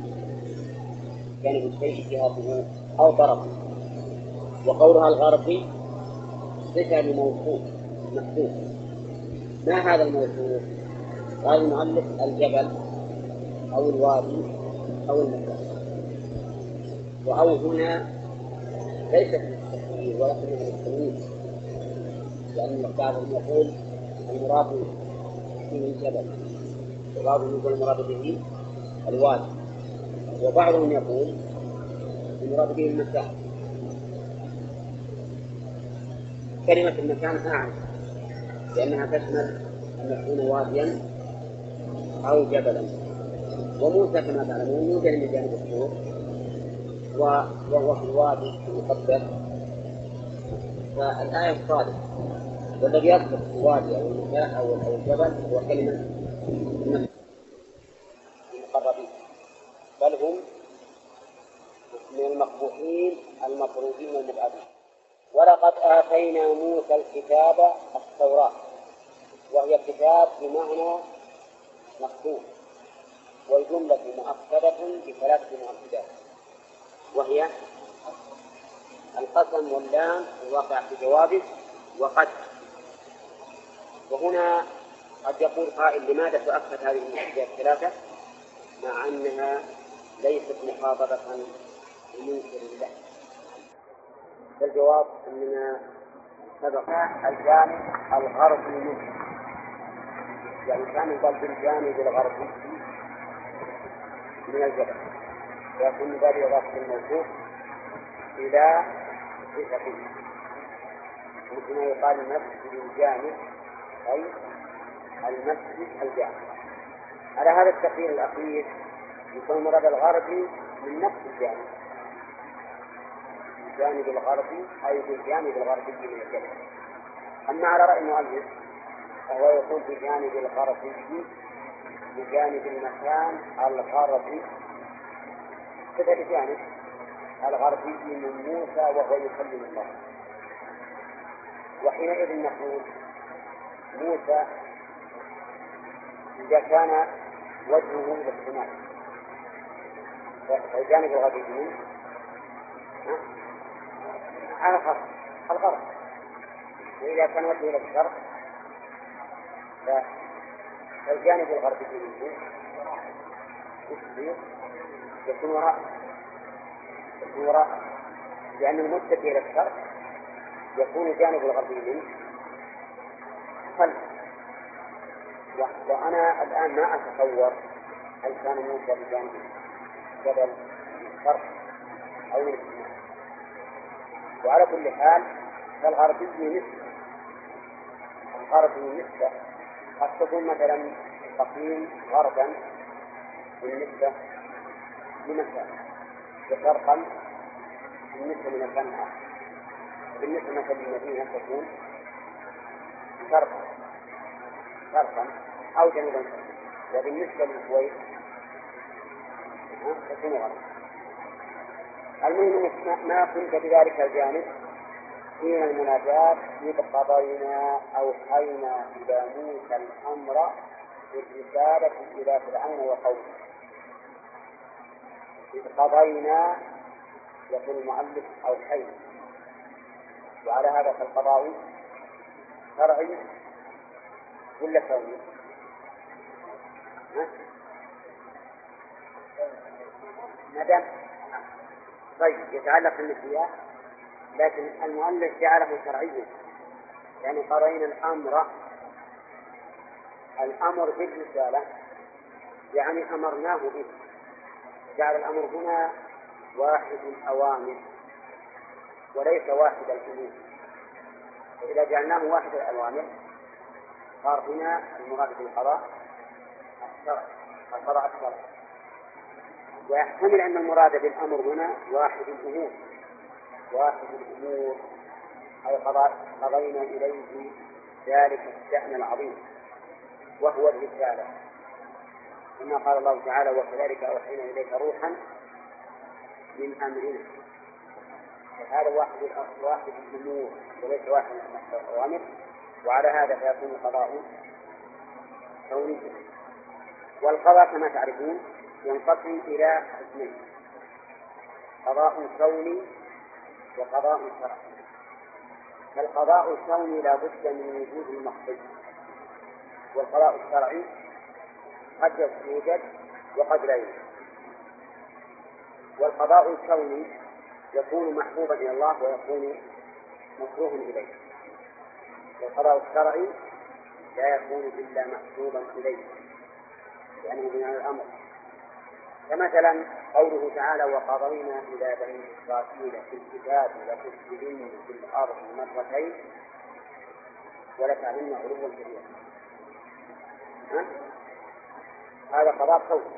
جانب الشيء جهته أو طرفه. وقولها الغربي صفة لموصوف محذوف. ما هذا الموصوف؟ قال المؤلف: الجبل أو الوادي أو المكان. وأو هنا ليست للتكبير ولكنها للتمييز، لأن بعضهم يقول المراد به الجبل، وبعضهم يقول المراد به الوادي، وبعضهم يقول المراد به المكان. كلمة المكان أعم، لأنها تشمل أن يكون واديا أو جبلا. وموسى كما تعلمون يوجد من جانب الطور، وهو في الوادي المقدس. فالآية الصادقة والذي يذكر الوادي أو المكان أو الجبل هو كلمة المكان المقربين، بل هم من المقبوحين المطرودين والمبعدين. ولقد آتينا موسى الكتاب التوراة، وهي كتاب بمعنى مكتوب، والجملة مؤكدة بثلاثة مؤكدات، وهي القسم واللام الواقع في جوابه وقد. وهنا قد يقول قائل: لماذا تؤكد هذه المؤكدات الثلاثة مع أنها ليست مخاطبة ومنكر له. فالجواب أننا سبق الجانب الغربي منه، يعني كان يقال بالجانب الغربي من الجبل، ويكون ذلك إضافة الموصوف إلى صفته، مثل ما يقال المسجد الجامع أي المسجد الجامع. على هذا التقدير الأخير يكون مراد الغربي من نفس الجانب، الجانب الغربي أي بالجانب الغربي من الجبل. أما على رأي المؤلف فهو يكون بجانب الغربي بجانب المكان الغربي، كذا بجانب الغربي من موسى وهو يكلم الله. وحينئذ نقول موسى إذا كان وجهه إلى السماء فالجانب الغربي منه على الغرب، وإذا كان وجهه إلى الشرق فالجانب الغربي منه يكون وراء، لأن المتجه إلى الشرق يكون الجانب الغربي منه خلف. وأنا الآن ما أتصور هل كان موسى بجانب جبل الشرق أو الشمال. وعلى كل حال فالغربي نسبة قد تكون مثلا تقييم غربا بالنسبة لمكان وشرقا بالنسبة لمكان آخر. بالنسبة مثلا للمدينة تكون شرقا أو جنوبا، وبالنسبة للكويت تكون غربا. المهم ما كنت بذلك الجانب حين المناجاة إذ قضينا أوحينا إلى موسى الأمر بالرسالة إلى فرعون وقومه. إذ قضينا يقول المؤلف أوحينا، وعلى هذا فالقضاء شرعي ولا كوني؟ مدام طيب يتعلق بالنسيان، لكن المؤلف جعله شرعيا، يعني قضينا الأمر بالرسالة يعني أمرناه به. جعل الأمر هنا واحد الأوامر وليس واحد الأمور، فإذا جعلناه واحد الأوامر صار هنا المراد بالقضاء القضاء الشرعي. ويحتمل أن المراد بالأمر هنا واحد الأمور أي قضينا إليه ذلك الشأن العظيم وهو الرسالة، كما قال الله تعالى وكذلك أوحينا إليك روحا من أمرنا. فهذا واحد الأمور وليس واحد الأوامر، وعلى هذا فيكون القضاء كونيا. والقضاء كما تعرفون ينقسم إلى قسمين: قضاء كوني وقضاء شرعي. فالقضاء الكوني لا بد من وجود المقصود، والقضاء الشرعي قد يوجد وقد لا يوجد. والقضاء الكوني يكون محبوبا إلى الله ويكون مكروها إليه، والقضاء الشرعي لا يكون إلا محبوبا إليه لأنه من الأمر. كمثلا قوله تعالى وقضينا إلى بني إسرائيل في الكتاب لتفسدن في الأرض مرتين ولتعلن علوا كبيرا. هذا قضاء كوني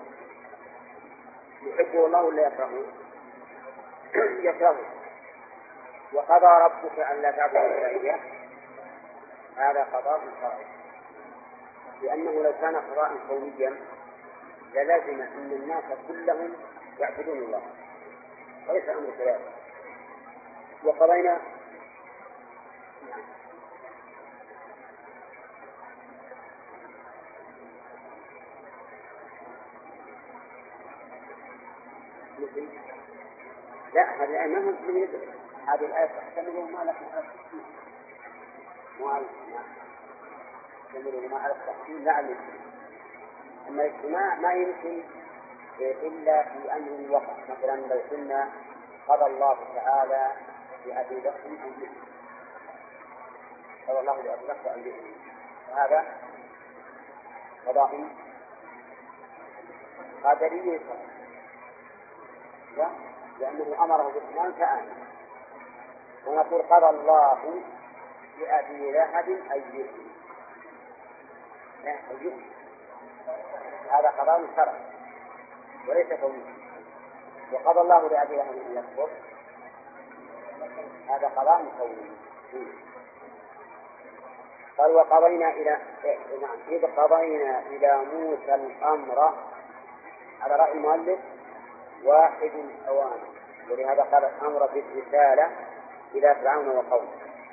يحبه الله ولا يكرهه؟ يكرهه. وقضى ربك ألا تعبدوا إلا إياه، هذا قضاء شرعي، لأنه لو كان قضاء كونيا للازم أن الناس كلهم يعبدون الله، وليس أمر كذلك. وقضينا لا، هذه الآية ما من هذه الآية تحتمل ما لكم على التحكيم تحتمل ما على التحكيم لا على الاجتماع. أما الاجتماع ما يمكن إلا في أمر وقع. مثلا لو قلنا قضى الله تعالى لأبي بكر أن يؤمن، قضى الله لأبي بكر أن يؤمن، وهذا قضاء قدري لأنه أمره بالإيمان فآمن. ونقول قضى الله لأبي لهب أن يؤمن، هذا قضاء شرعي وليس كوني. وقضى الله لأبي لهب أن يكفر، هذا قضاء كوني. قال وقضينا إلى إذ قضينا إلى موسى الأمر، على رأي المؤلف واحد أوان، ولهذا قال الأمر بالرسالة إلى فرعون وقومه.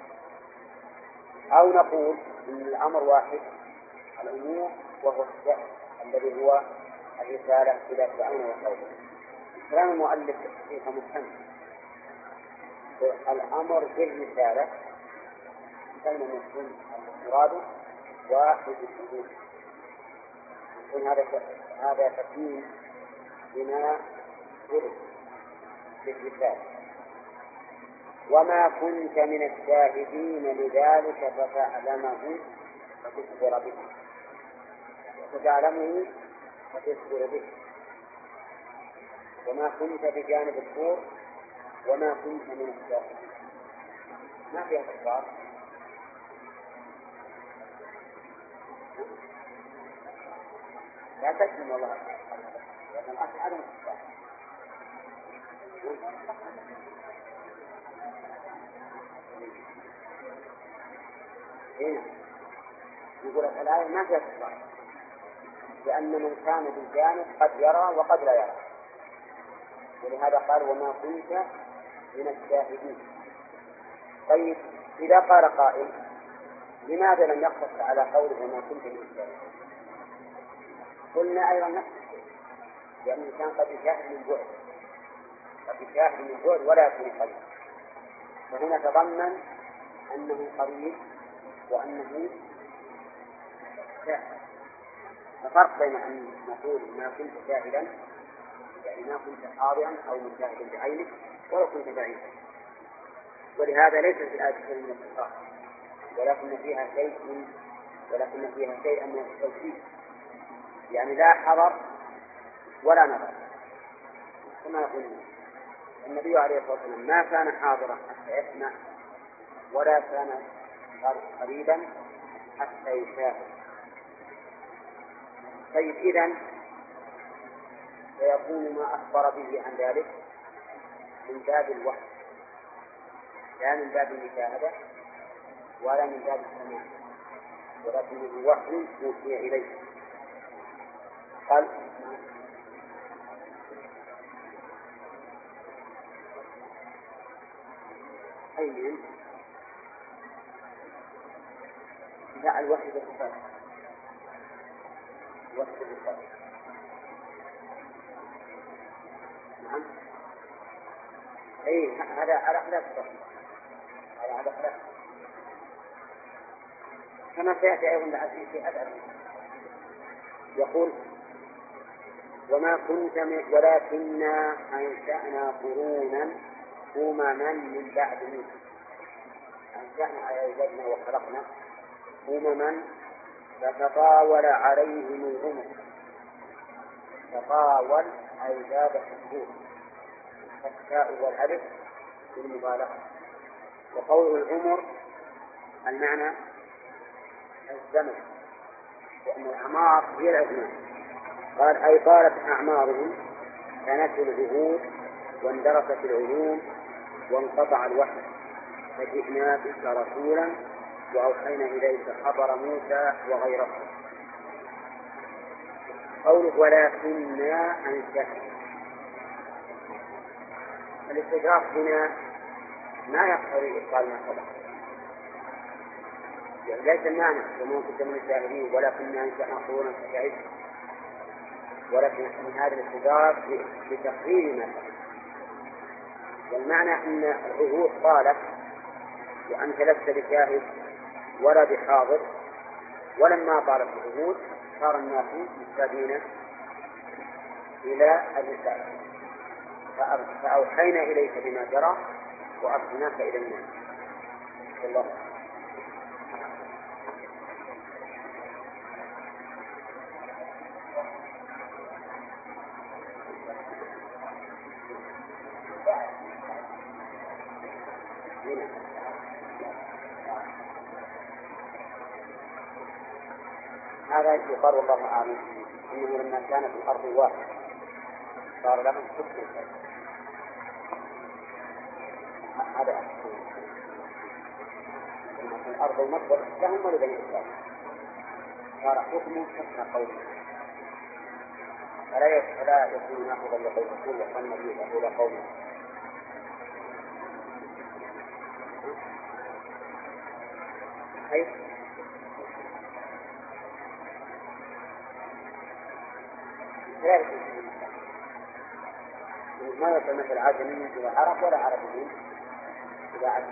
أو نقول إن الأمر واحد الأمور، وهو الشأن الذي هو الرسالة إلى فرعون وقومه. كلام المؤلف فيه مفهم، الأمر بالرسالة بين مفهوم المراد واحد الأمور، يكون هذا تكميل بما ذكر بالرسالة. وما كنت من الشاهدين لذلك فتعلمه فتخبر به، فتعلمه فتخبر به. وما كنت بجانب الطور وما كنت من الشاهدين، ما فيها تكرار. لا تكلم والله، لأن الأصل عدم التكرار. هنا يقول الآية ما فيها تكرار، لأن من كان بالجانب قد يرى وقد لا يرى، ولهذا قال وما كنت من الشاهدين. طيب إذا قال قائل لماذا لم يقتصر على قوله وما كنت من الشاهدين؟ قلنا أيضا نفس الشيء، لأن الإنسان قد يشاهد من بعد، قد يشاهد من بعد ولا يكون قريب، فهنا تضمن أنه قريب وأنه شاهد. الفرق بين أن نقول ما كنت شاهدا يعني ما كنت حاضرا أو مشاهدا بعينك ولو كنت بعيدا، ولهذا ليس في الآية شيء من التكرار، ولكن فيها شيئا من التوكيد، يعني لا حضر ولا نظر. كما يقول النبي عليه الصلاة والسلام ما كان حاضرا حتى يسمع ولا كان قريبا حتى يشاهد. طيب إذن فيكون ما أخبر به عن ذلك من باب الوحي، لا من باب المشاهدة ولا من باب السماع، ولكن الوحي يوحي إليه. قال أين لا الوحي بالصفات، الوحي بالصفات. نعم أي هذا على خلاف هذا خلاف، كما سيأتي أيضا بعد في أدب. يقول وما كنت ولكننا أنشأنا قرونا أمما من بعد موسى. أنشأنا أي أوجدنا وخلقنا أمما فتطاول عليهم الأمم. تطاول أي زاد حضور، التاء والألف بالمبالغة. وقول العمر المعنى الزمن، وأن الأعمار هي الأزمان. قال أي طالت أعمارهم، كانت العهود واندرست العلوم وانقطع الوحي، فجئنا بك رسولا وأوحينا إليك خبر موسى وغيره. قوله ولكننا أنشأنا، الاستدراك هنا ما يقتضي إبطال ما سبق، يعني ليس المعنى وما كنت من الشاهدين ولكننا أنشأنا قرونا فتعد، ولكن من هذا الاستدراك لتقرير ما سبق. والمعنى أن العهود طالت وأنت لست بشاهد ولا بحاضر، ولما طالت العهود صار الناس محتاجين إلى الرسالة. فأوحينا إليك بما جرى وأرسلناك إلى الناس. الله. هذا يقال والله أعلم أنه لما كانت الأرض واحدة صار لهم حكم هذا الأرض المصدر لهم ولبني إسرائيل صار حكمه حكم قوله فلا يكون ناخذا لقول رسول الله النبي إلى قوله حيث ما يصل مثل عجمي إلى عرب ولا عربيين إلى عجم،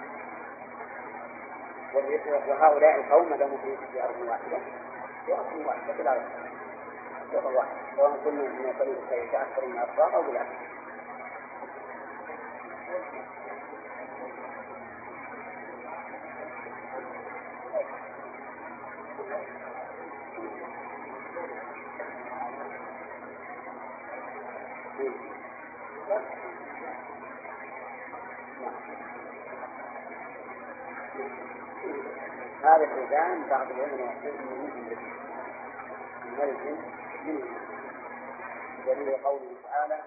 وهؤلاء القوم لهم في أرض واحدة وأرض واحدة في الأرض واحد، سواء كنا من طريق الشيء أكثر من أفراد أو بالعكس. هذا الإنسان بعض العلماء يقول من الجن منه دليل قوله تعالى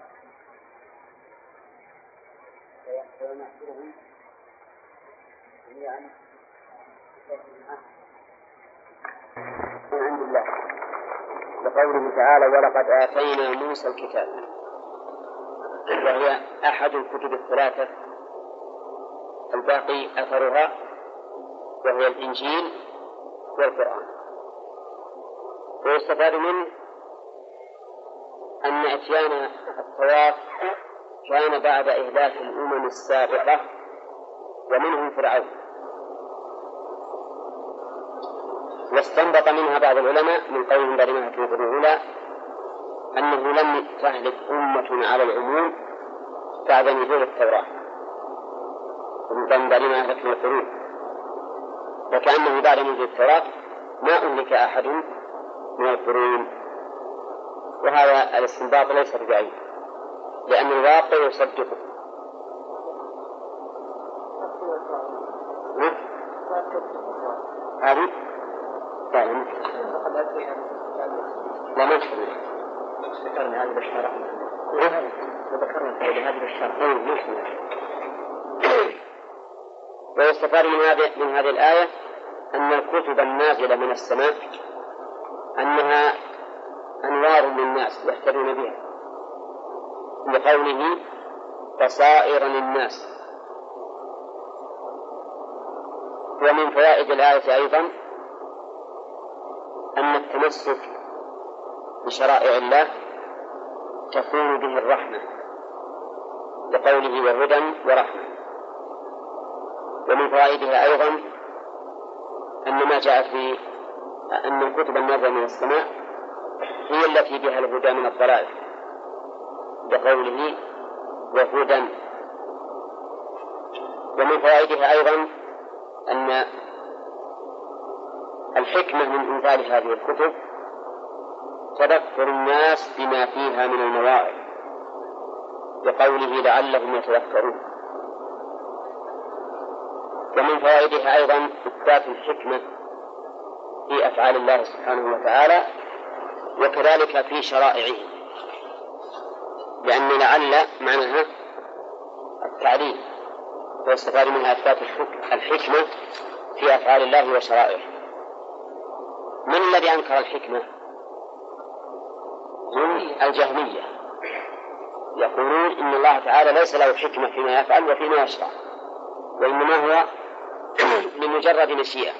فينحشرهم جميعا من عند الله، لقوله تعالى ولقد آتينا موسى الكتاب، وهي أحد الكتب الثلاثة الباقي أثرها، وهي الإنجيل والقرآن. ويستفاد منه أن إتيان التوراة كان بعد إهلاك الأمم السابقة ومنهم فرعون، واستنبط منها بعض العلماء من قولهم بعد ما في الأولى أنه لم تهلك أمة على العموم بعد نزول التوراة، ومن بعد ما أهلكنا القرون، وكأنه بعد نزول التوراة ما أهلك أحد من القرون. وهذا الاستنباط ليس ببعيد لأن الواقع يصدقه. هذه لا نذكر ذكرنا هذه بالشرع وذكرنا هذه بالشرع. ويستفاد من هذه الآية أن الكتب النازلة من السماء أنها أنوار للناس يهتدون بها، لقوله بصائر للناس. ومن فوائد الآية أيضا أن التمسك بشرائع الله تكون به الرحمة، لقوله وهدى ورحمة. ومن فوائدها أيضا أن ما جاء في أن الكتب النازلة من السماء هي التي بها الهدى من الضلال، بقوله وهدى. ومن فوائدها أيضا أن الحكمة من إنزال هذه الكتب تذكر الناس بما فيها من المواعظ، بقوله لعلهم يتذكرون. ومن فوائدها أيضا إثبات الحكمة في أفعال الله سبحانه وتعالى وكذلك في شرائعه، لأن لعل معناها التعليل، ويستفاد منها إثبات الحكمة في أفعال الله وشرائعه. من الذي أنكر الحكمة؟ هم الجهمية، يقولون إن الله تعالى ليس له حكمة فيما يفعل وفيما يشرع، وإنما هو لمجرد مشيئة.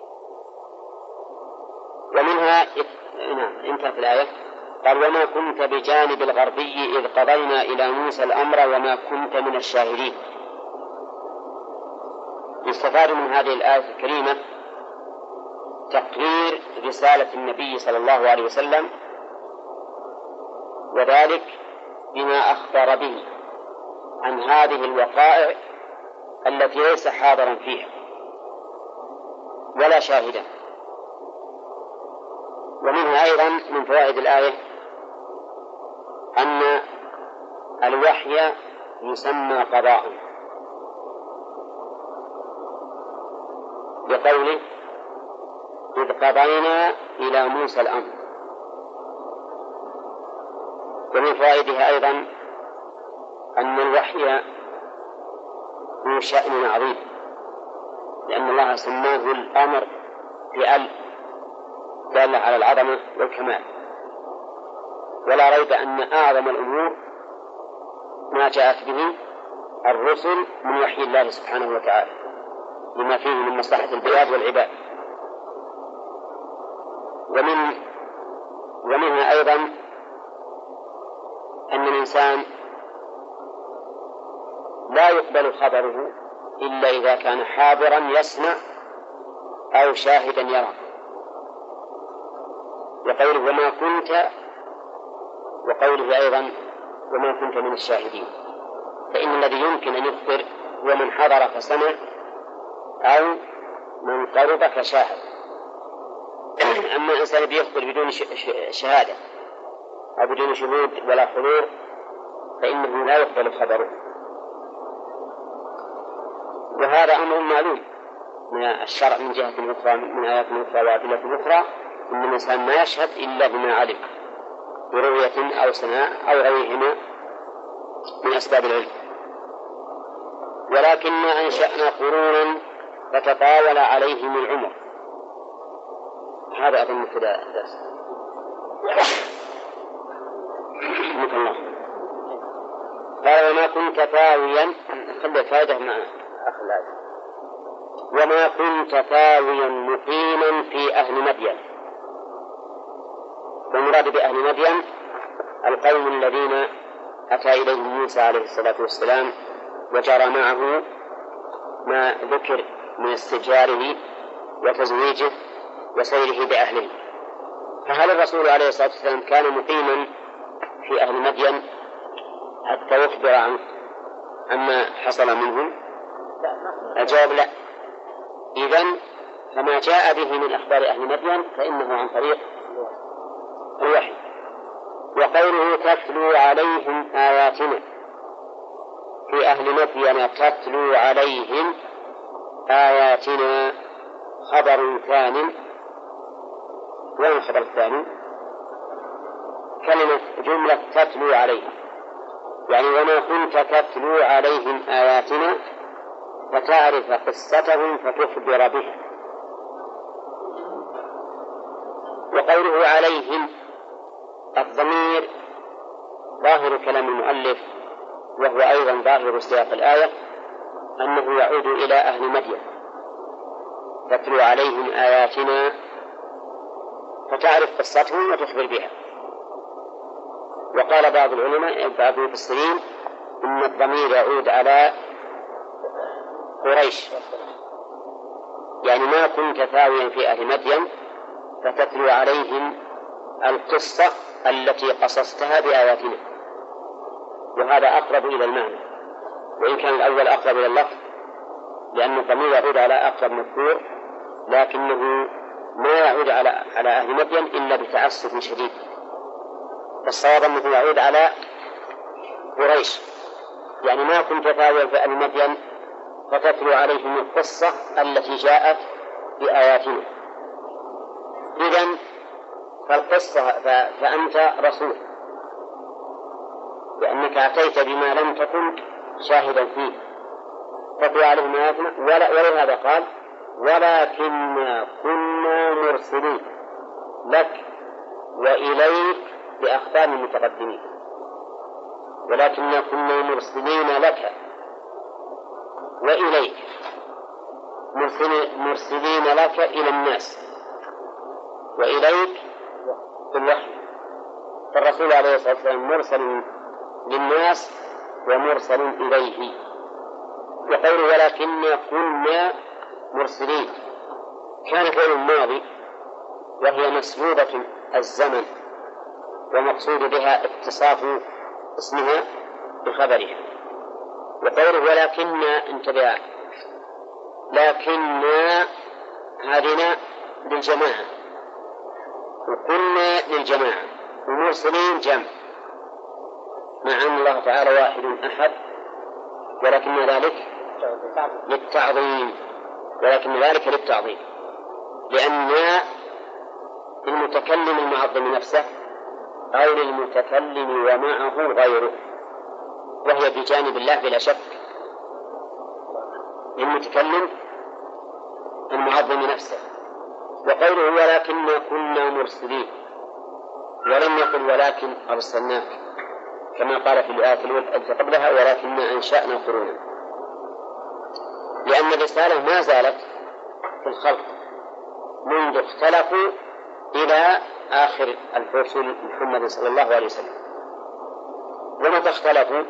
ومنها انتهت الآية قال وما كنت بجانب الغربي إذ قضينا إلى موسى الأمر وما كنت من الشاهدين. يستفاد من هذه الآية الكريمة تقرير رسالة النبي صلى الله عليه وسلم، وذلك بما أخبر به عن هذه الوقائع التي ليس حاضرا فيها ولا شاهدا. ومنها أيضا من فوائد الآية أن الوحي يسمى قضاء بقوله إذ قضينا إلى موسى الأمر. ومن فوائدها أيضا أن الوحي ذو شأن عظيم، لأن الله سماه الأمر بأل دالة على العظمة والكمال. ولا ريب أن أعظم الأمور ما جاءت به الرسل من وحي الله سبحانه وتعالى لما فيه من مصلحة البلاد والعباد. ومنها أيضا أن الإنسان لا يقبل خبره إلا إذا كان حاضرا يسمع أو شاهدا يرى. وقوله وما كنت، وقوله أيضا وما كنت من الشاهدين، فإن الذي يمكن أن يخبر هو من حضر فسمع أو من قرب فشاهد. أما الإنسان بيخبر بدون شهادة أو بدون شهود ولا حضور فإنه لا يقبل خبره. وهذا أمر معلوم من الشرع من جهة أخرى، من آيات أخرى وأدلة أخرى، إن الإنسان ما يشهد إلا بما علم برؤية أو سماع أو غيرهما من أسباب العلم. ولكن أنشأنا قرونا فتطاول عليهم العمر. هذا أظن ابتداء الدرس. مثل الله قال وما كنت ثاويا، خلي فائدة مع أخلاق، وما كنت ثاويا مقيما في أهل مدين. والمراد بأهل مدين القوم الذين أتى إليهم موسى عليه الصلاة والسلام وجرى معه ما ذكر من استئجاره وتزويجه وسيره بأهله. فهل الرسول عليه الصلاة والسلام كان مقيما في أهل مدين حتى يخبر عما حصل منهم؟ الجواب لا. إذن فما جاء به من أخبار أهل مدين فإنه عن طريق الوحي. وقوله تتلو عليهم آياتنا، في أهل مدين تتلو عليهم آياتنا خبر ثاني. وين الخبر الثاني؟ كلمة جملة تتلو عليهم، يعني وما كنت تتلو عليهم آياتنا فتعرف قصتهم فتخبر بها. وقوله عليهم الضمير ظاهر كلام المؤلف، وهو أيضا ظاهر سياق الآية، أنه يعود إلى أهل مدين تتلو عليهم آياتنا فتعرف قصتهم وتخبر بها. وقال بعض العلماء بعض المفسرين إن الضمير يعود على قريش، يعني ما كنت ثاويا في أهل مدين فتتلو عليهم القصة التي قصصتها بآياتنا. وهذا أقرب إلى المعنى، وإن كان الأول أقرب إلى اللفظ لأن الضمير يعود على أقرب مذكور، لكنه ما يعود على أهل مدين إلا بتعسف شديد. فالصواب أنه يعود على قريش، يعني ما كنت ثاويا في أهل مدين فتتلو عليهم القصة التي جاءت بآياتنا. إذن فالقصة فأنت رسول، لأنك أتيت بما لم تكن شاهدا فيه تتلو عليهم آياتنا. ولهذا قال ولكن كنا مرسلين لك وإليك بأخبار المتقدمين. ولكن كنا مرسلين لك وإليك، مرسلين لك إلى الناس وإليك بالوحي. فالرسول عليه الصلاة والسلام مرسل للناس ومرسل إليه. وقوله ولكن كنا مرسلين كان فعل الماضي وهي مسلوبة الزمن، ومقصود بها اتصاف
اسمها بخبرها. وقوله ولكن انتبه، لكن هذه للجماعة وكنا للجماعة ومرسلين جمع، مع أن الله تعالى واحد أحد، ولكن ذلك للتعظيم، لأن المتكلم المعظم نفسه أو للمتكلم ومعه غيره، وهي بجانب الله بلا شك، للمتكلم المعظم نفسه. وقوله ولكن كنا مرسلين، ولم يقل ولكن أرسلناك كما قال في الآية التي قبلها ولكن أنشأنا قرونا، لأن الرسالة ما زالت في الخلق منذ اختلفوا إلى آخر الرسل محمد صلى الله عليه وسلم. ومتى اختلفوا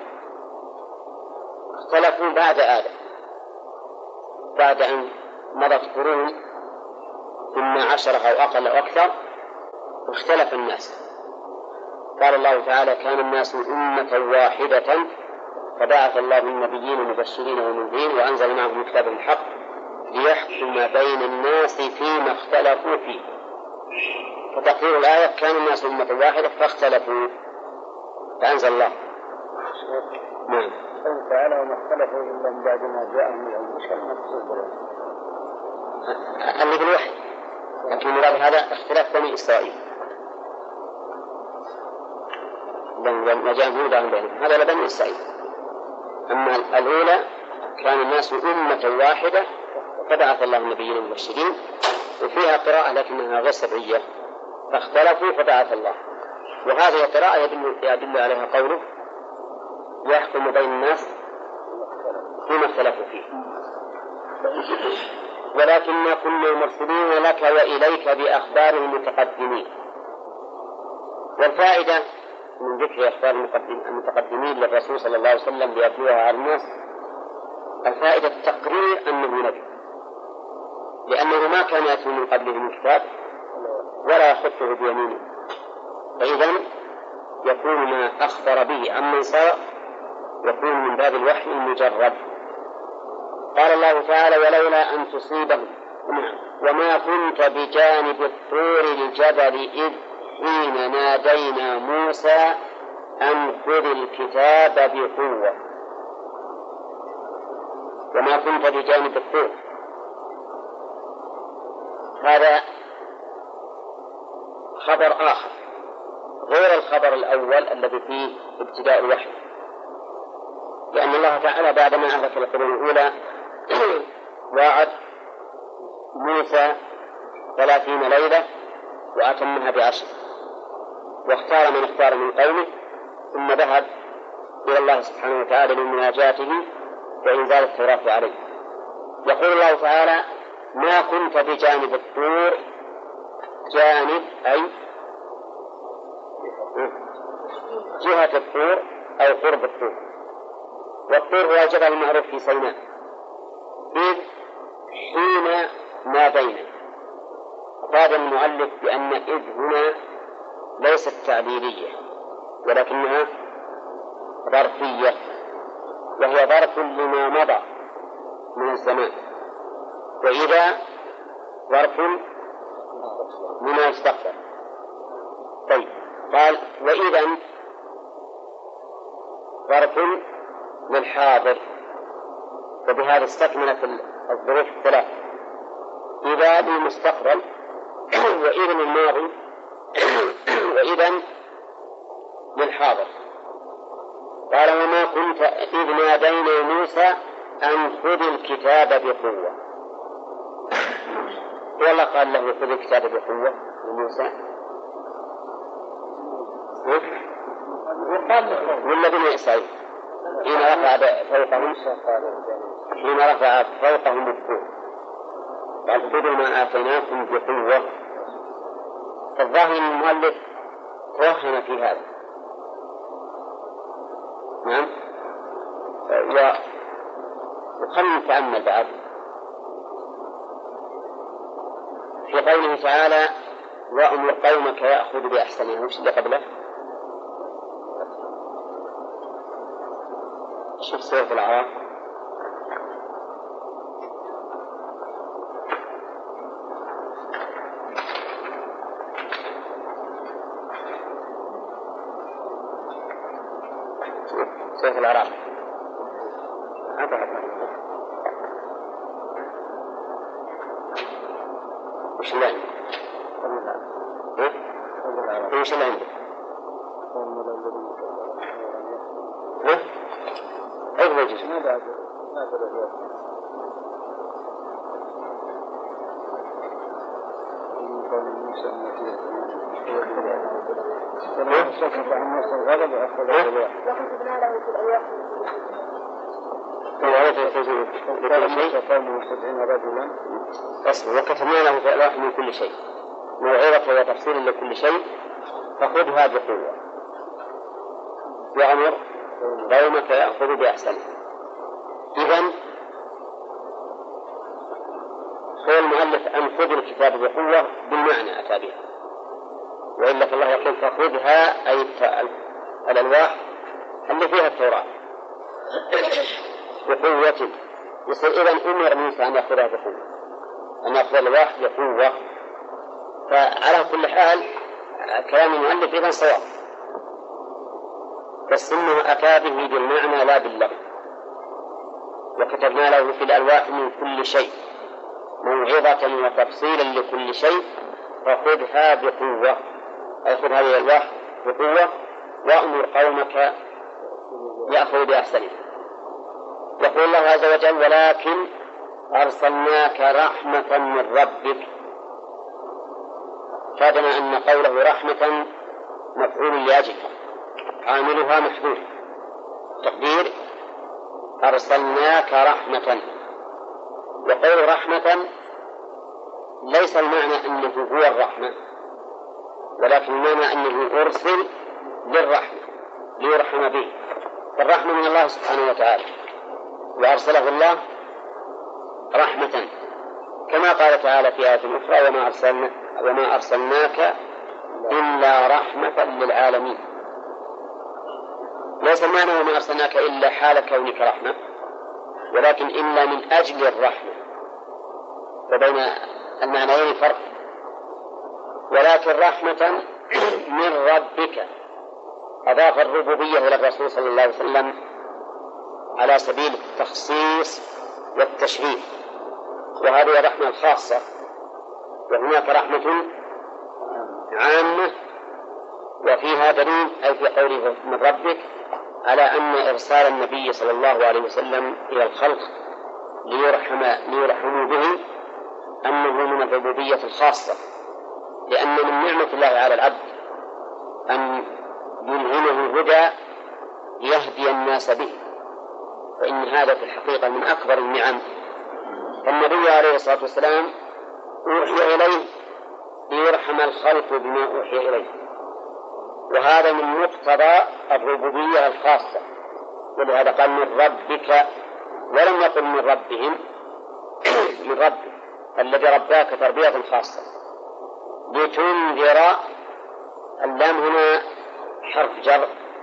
بعد آدم، بعد أن مضت قرون إما 10 أو أقل أو أكثر، واختلف الناس. قال الله تعالى كان الناس أمة واحدة فبعث الله النبيين مبشرين ومنذرين وأنزل معهم الكتاب بالحق ليحكم بين الناس فيما اختلفوا فيه. فتقرير الآية كان الناس أمة واحدة فاختلفوا فأنزل الله. نعم.
تعالى وما اختلفوا إلا من بعد ما جاءهم العلم
اللي بالوحي، لكن مراد هذا اختلاف بني إسرائيل لما جاءهم هدى بينهم، هذا لبني إسرائيل. أما الأولى كان الناس أمة واحدة فبعث الله النبيين المبشرين، وفيها قراءة لكنها غير سبعية فاختلفوا فبعث الله. وهذه القراءة يدل عليها قوله يحكم بين الناس فيما اختلفوا فيه. ولكن كنا مرسلين لك وإليك بأخبار المتقدمين. والفائدة من ذكر أخبار المتقدمين للرسول صلى الله عليه وسلم ليتلوها على الناس، الفائدة التقرير أنه نبي، لأنه ما كان يأتي من قبله من كتاب ولا يخطه بيمينه، فإذا يكون ما أخبر به عمن سبق يكون من باب الوحي المجرد. قال الله تعالى ولولا أن تصيبهم وما كنت بجانب الطور الجبل إذ حين نادينا موسى أن خذ الكتاب بقوة. وما كنت بجانب الطور، هذا خبر آخر غير الخبر الأول الذي فيه ابتداء الوحي، لأن الله تعالى بعدما أهلك القرون الأولى وعد موسى 30 ليلة وأتمها ب10، واختار من اختار من قومه، ثم ذهب إلى الله سبحانه وتعالى لمناجاته وإنزال التوراة عليه. يقول الله تعالى ما كنت بجانب الطور، جانب أي جهة الطور أو قرب الطور، والطور هو الجبل المعروف في سيناء. إذ حين نادينا، أفاد المؤلف بأن إذ هنا ليست تعبيرية ولكنها ظرفية، وهي ظرف لما مضى من الزمان، وإذا ظرف لما يستقبل. طيب قال وإذا ظرف للحاضر، وبهذا استكملت الظروف الثلاث: إذا للمستقبل وإذا للماضي وإذا للحاضر. قال وما كنت إذ نادينا موسى أن خذ الكتاب بقوة، والله قال له خذ الكتاب بقوة لموسى ولا بني إسرائيل حين رفع فوقهم الطور قال خذوا ما آتيناكم بقوة. فالظاهر المؤلف توهم في هذا. نعم. وخلنا نتأمل بعد في قوله تعالى وأمر قومك يأخذ بأحسنها، وش اللي قبله؟ سورة الأعراف. سورة الأعراف وش اللي عندك؟ وش اللي عندك؟ أي وجه؟ وكتبنا له في الألواح من كل شيء موعظة وتفصيل لكل شيء فخذها بقوة وأمر قومك يأخذ بأحسنه. إذن قول المؤلف أن خذ الكتاب بقوة بالمعنى أتى بها، وإلا فالله يقول فخذها أي الألواح اللي فيها التوراة بقوة. يصير إذن أمر موسى أن يأخذها بقوة، أن يأخذ الألواح بقوة. فعلى كل حال كلام المؤلف إذن صواب، بس إنه أتى به بالمعنى لا باللفظ. وكتبنا له في الألواح من كل شيء موعظة وتفصيلا لكل شيء فخذها بقوة، أي خذ هذه الألواح بقوة وأمر قومك يأخذ بأحسنه. يقول الله عز وجل ولكن أرسلناك رحمة من ربك. فادنا أن قوله رحمة مفعول لأجلها عاملها محذوف، تقدير أرسلناك رحمة. وقول رحمة ليس المعنى أنه هو الرحمة، ولكن المعنى أنه أرسل للرحمة ليرحم به. فالرحمة من الله سبحانه وتعالى، وأرسله الله رحمة كما قال تعالى في آية أخرى وما أرسلناك إلا رحمة للعالمين. ليس المعنى وما أرسلناك إلا حال كونك رحمة، ولكن إلا من أجل الرحمة، وبين المعنيين فرق. ولكن رحمة من ربك أضاف الربوبية إلى الرسول صلى الله عليه وسلم على سبيل التخصيص والتشريف، وهذه الرحمة الخاصة. وهناك رحمة عامة وفيها دليل أي في قوله من ربك على أن إرسال النبي صلى الله عليه وسلم إلى الخلق ليرحموا به أنه من الربوبية الخاصة، لأن من نعمة الله على العبد أن يلهمه الهدى ليهدي الناس به، فإن هذا في الحقيقة من أكبر النعم. فالنبي عليه الصلاة والسلام أوحي إليه ليرحم الخلق بما أوحي إليه، وهذا من مقتضى الربوبية الخاصة. ولهذا قال من ربك ولم يقل من ربهم من ربك الذي رباك تربية خاصة. لتنذر، اللام هنا حرف جر،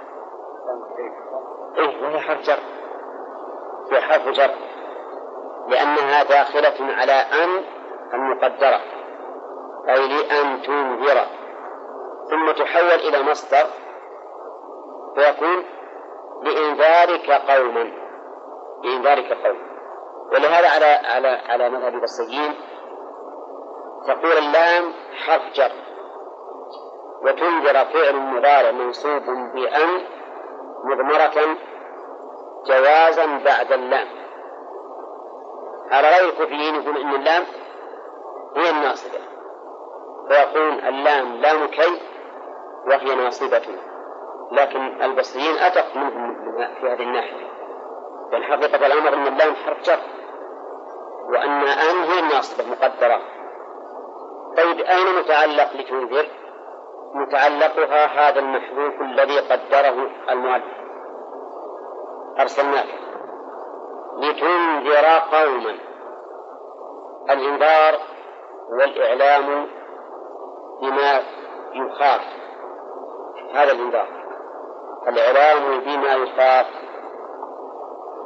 وهي حرف جر، هي حرف جر لأنها داخلة على أن المقدرة، أي لأن تنذر، ثم تحول إلى مصدر فيكون لإنذارك قوما، لإنذارك قوما. ولهذا على مذهب البصريين تقول اللام حرف جر، وتنذر فعل مضارع منصوب بأن مضمرة جوازا بعد اللام. على رأي الكوفيين يقول إن اللام هي الناصبة، فيقول اللام لام كي وهي ناصبة، لكن البصريين أدق منهم في هذه الناحية، بل حقيقة الأمر أن اللام حرف جر وأن أن هي الناصبة مقدرة. طيب أين متعلق لتنذر؟ متعلقها هذا المحذوف الذي قدره المؤلف أرسلناك لتنذر قوما. الإنذار والإعلام بما يخاف، هذا الإنذار، الإعلام بما يخاف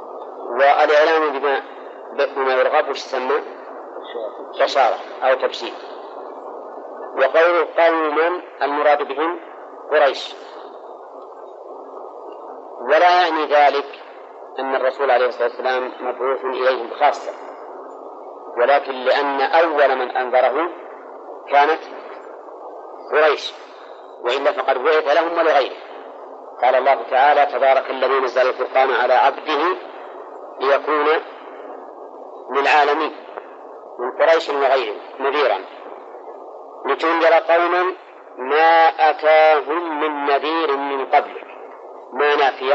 والإعلام بما يرغب وش يسمى؟ بشارة أو تبشير. وقوله قوما المراد بهم قريش، ولا يعني ذلك أن الرسول عليه الصلاة والسلام مبعوث إليهم خاصة، ولكن لأن أول من أنذره كانت قريش، وإلا فقد بعث لهم ولغيره. قال الله تعالى: تبارك الذي نزل الفرقان على عبده ليكون للعالمين من قريش وغيرهم نذيرا لتنذر قوما ما أتاهم من نذير من قبلك. ما نافية،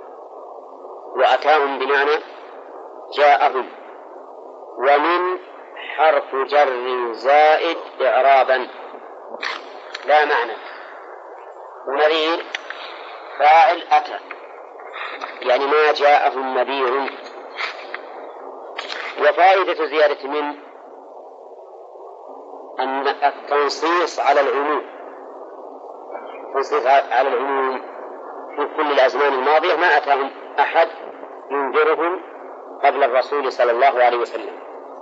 وأتاهم بمعنى جاءهم، ومن حرف جر زائد إعرابا لا معنى، ونذير فاعل أتى، يعني ما جاءهم نذير. وفائدة زيادة من أن التنصيص على العموم، التنصيص على العموم في كل الأزمان الماضية ما أتاهم أحد ينذرهم قبل الرسول صلى الله عليه وسلم.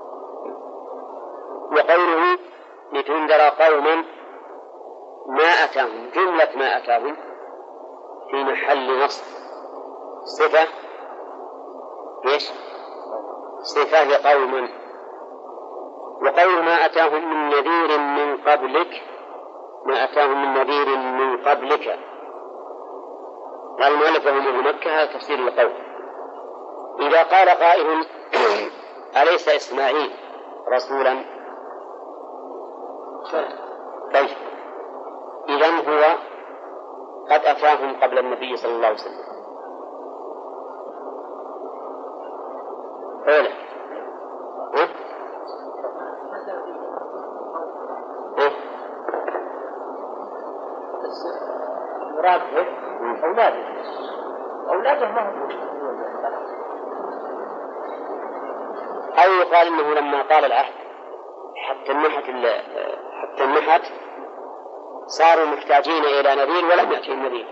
وقوله لتنذر قوما ما أتاهم، جملة ما أتاهم في محل نصب صفة، إيش؟ صفة لقوما. وقوله ما أتاهم من نذير من قبلك، ما أتاهم من نذير من قبلك، قال المؤلف وهم أهل مكة، هذا تفسير القول. إذا قال قائل أليس إسماعيل رسولا؟ طيب إذن هو قد أتاهم قبل النبي صلى الله عليه وسلم. أولا
مراد أولاده ما هم،
أو يقال إنه لما طال العهد حتى النحت صاروا محتاجين إلى نذير ولم يأتهم نذير،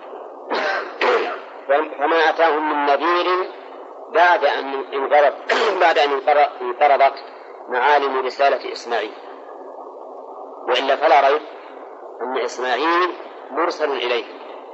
فما أتاهم من نذير بعد أن انقرضت معالم رسالة إسماعيل. وإلا فلا ريب أن إسماعيل مرسل إليه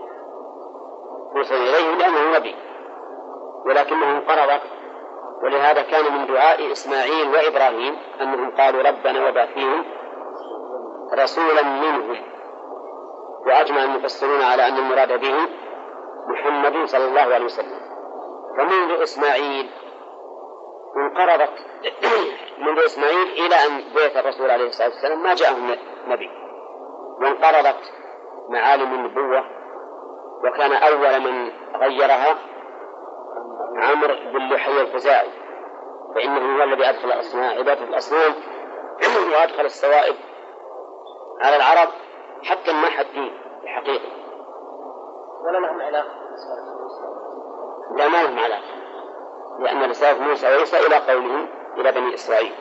لأنه نبي، ولكنه انقرضت. ولهذا كان من دعاء إسماعيل وإبراهيم أنهم قالوا ربنا وابعث فيهم رسولا منهم. وأجمع المفسرون على أن المراد به محمد صلى الله عليه وسلم. فمنذ إسماعيل انقرضت منذ إسماعيل إلى أن بعث الرسول عليه الصلاة والسلام ما جاءهم نبي، وانقرضت معالم النبوة. وكان أول من غيرها عمرو بن لحي الخزاعي، فإنه هو الذي أدخل عبادة الأصنام وأدخل السوائب على العرب حتى انمحى الدين بحقيقة.
ولا لهم علاقة؟
لا، ما لهم علاقة، لأن رسالة موسى وعيسى إلى قولهم إلى بني إسرائيل.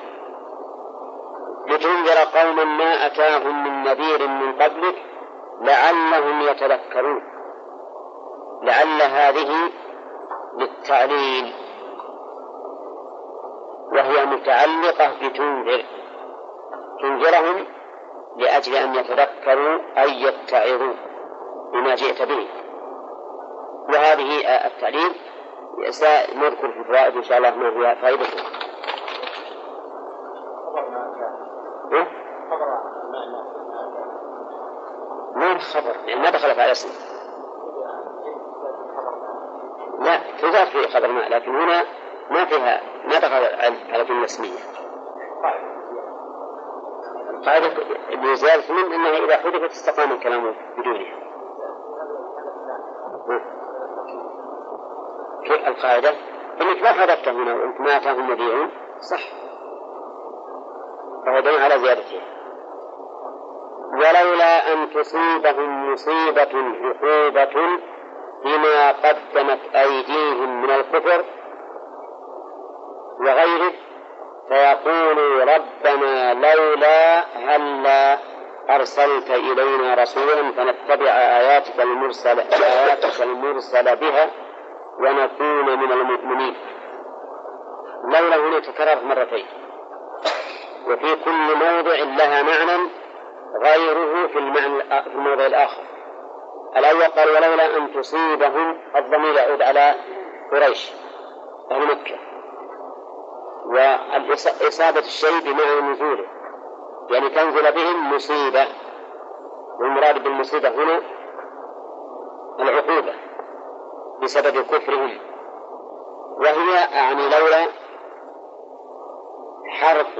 لتنذر قوما ما أتاهم من نذير من قبلك لعلهم يتذكرون. لعل هذه للتعليل، وهي متعلقة بتنذر، تنذرهم لأجل أن يتذكروا أي يتعظوا بما جئت به. وهذه التعليل سنذكر في الفوائد إن شاء الله ما فيها فائدته. ما الخبر؟ يعني ما دخلت على اسم، لا تزاد في خبر ما، لكن هنا ما فيها، ما دخل على جملة اسمية. القاعدة بزيادة من أنها إذا حدثت استقام الكلام بدونها. في القاعدة إنك ما حدثت هنا وأنت ما أتاهم نذير صح، فهو دليل على زيادتها. ولولا أن تصيبهم مصيبة عقوبة بما قدمت أيديهم من الكفر وغيره فيقولوا ربنا لولا هلا أرسلت إلينا رسولا فنتبع آياتك المرسلة بها ونكون من المؤمنين. لولا هنا تكررت مرتين، وفي كل موضع لها معنى غيره في الموضع الآخر. الأول قال ولولا أن تصيبهم، الضمير يعود على قريش أهل مكة، وإصابة الشيء بمعنى نزوله، يعني تنزل بهم مصيبة، والمراد بالمصيبة هنا العقوبة بسبب كفرهم، وهي يعني لولا حرف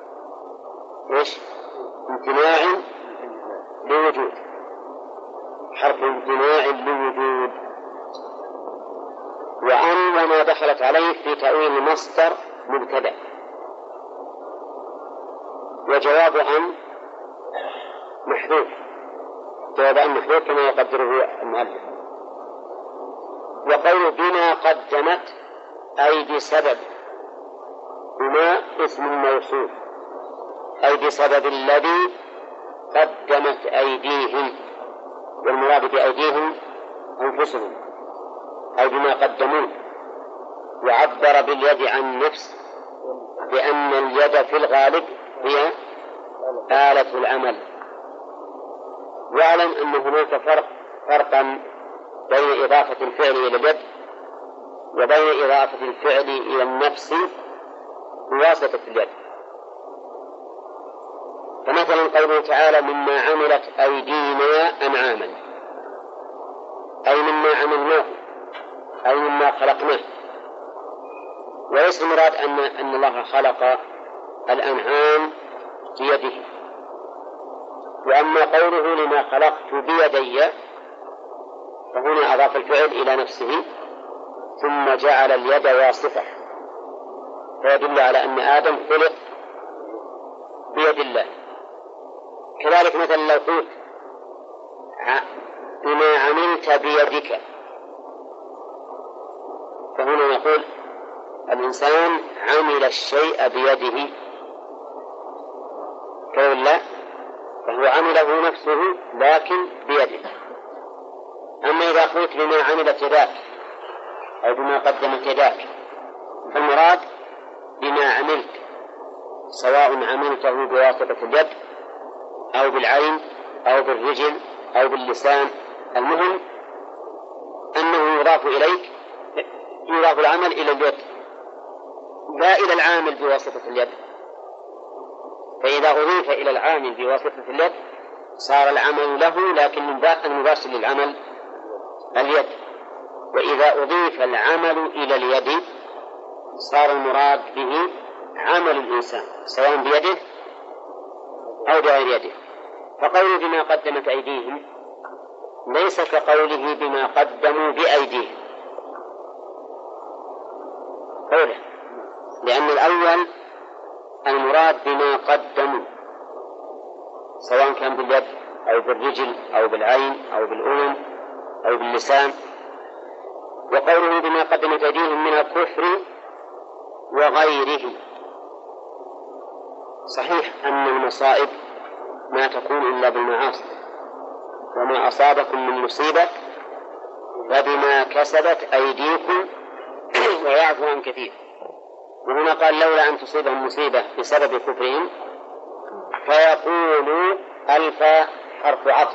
امتناع لوجود، حرف امتناع لوجود. وأن وما دخلت عليه في تأويل المصدر مبتدأ، وجواب أن محذوف، جواب أن محذوف كما يقدره المؤلف. وقول بما قدمت أي بسبب، بما اسم موصوف أي بسبب الذي قدمت أيديهم، والمراد بأيديهم أنفسهم أي بما قدموه. وعبر باليد عن النفس بأن اليد في الغالب هي آلة العمل. واعلم أن هناك فرقا بين إضافة الفعل إلى اليد وبين إضافة الفعل إلى النفس بواسطة اليد. فمثلا قوله تعالى مما عملت أيدينا أنعاما، أي مما عملناه أي مما خلقناه، وليس المراد أن الله خلق الأنعام بيده. وأما قوله لما خلقت بيدي فهنا أضاف الفعل إلى نفسه ثم جعل اليد واصفة، فيدل على أن آدم خلق بيد الله. كذلك مثلا لو قلت بما عملت بيدك، فهنا نقول الإنسان عمل الشيء بيده كلا، فهو عمله نفسه لكن بيده. أما إذا قلت بما عملت يداك أو بما قدمت يداك فالمراد بما عملت، سواء عملته بواسطة اليد أو بالعين أو بالرجل أو باللسان، المهم أنه يضاف إليك، يضاف العمل إلى اليد لا إلى العامل بواسطة اليد. فإذا أضيف إلى العامل بواسطة اليد صار العمل له، لكن المباشر للعمل اليد. وإذا أضيف العمل إلى اليد صار المراد به عمل الإنسان سواء بيده أو بغير يده. فقوله بما قدمت أيديهم ليس كقوله بما قدموا بأيديهم قوله، لأن الأول المراد بما قدموا سواء كان باليد أو بالرجل أو بالعين أو بالأذن أو باللسان. وقوله بما قدمت أيديهم من الكفر وغيره، صحيح أن المصائب ما تكون إلا بالمعاصي، وما أصابكم من مصيبة فبما كسبت أيديكم ويعفو عن كثير. وهنا قال لولا أن تصيبهم مصيبة بسبب كفرهم، فيقول ألف حرف عطف،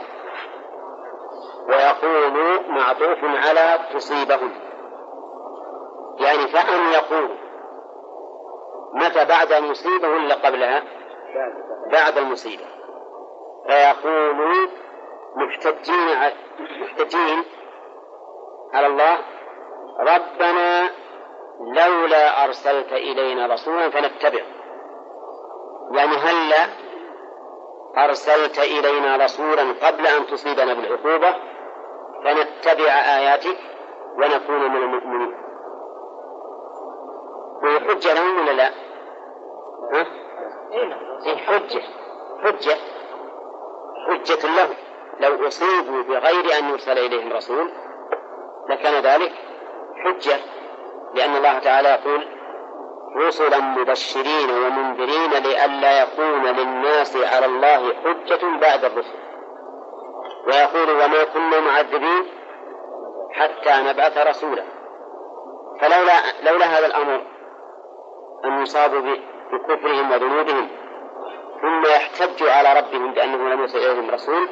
ويقول معطوف على تصيبهم، يعني فأن يقول متى بعد المصيبة ولا قبلها؟ بعد المصيبة. فيقول محتجين على الله ربنا لولا أرسلت إلينا رسولا فنتبع، يعني هلا أرسلت إلينا رسولا قبل أن تصيبنا بالعقوبة فنتبع آياتك ونكون من المؤمنين. وحجة لهم ولا لا؟ حجة لهم. لو أصيبوا بغير أن يرسل إليهم رسول لكان ذلك حجة، لأن الله تعالى يقول رسلا مبشرين ومنذرين لئلا يكون للناس على الله حجة بعد الرسل، ويقول وما كنا معذبين حتى نبعث رسولا. فلولا هذا الأمر أن يصابوا بكفرهم وذنوبهم ثم يحتجوا على ربهم بأنه لم يرسل إليهم رسول،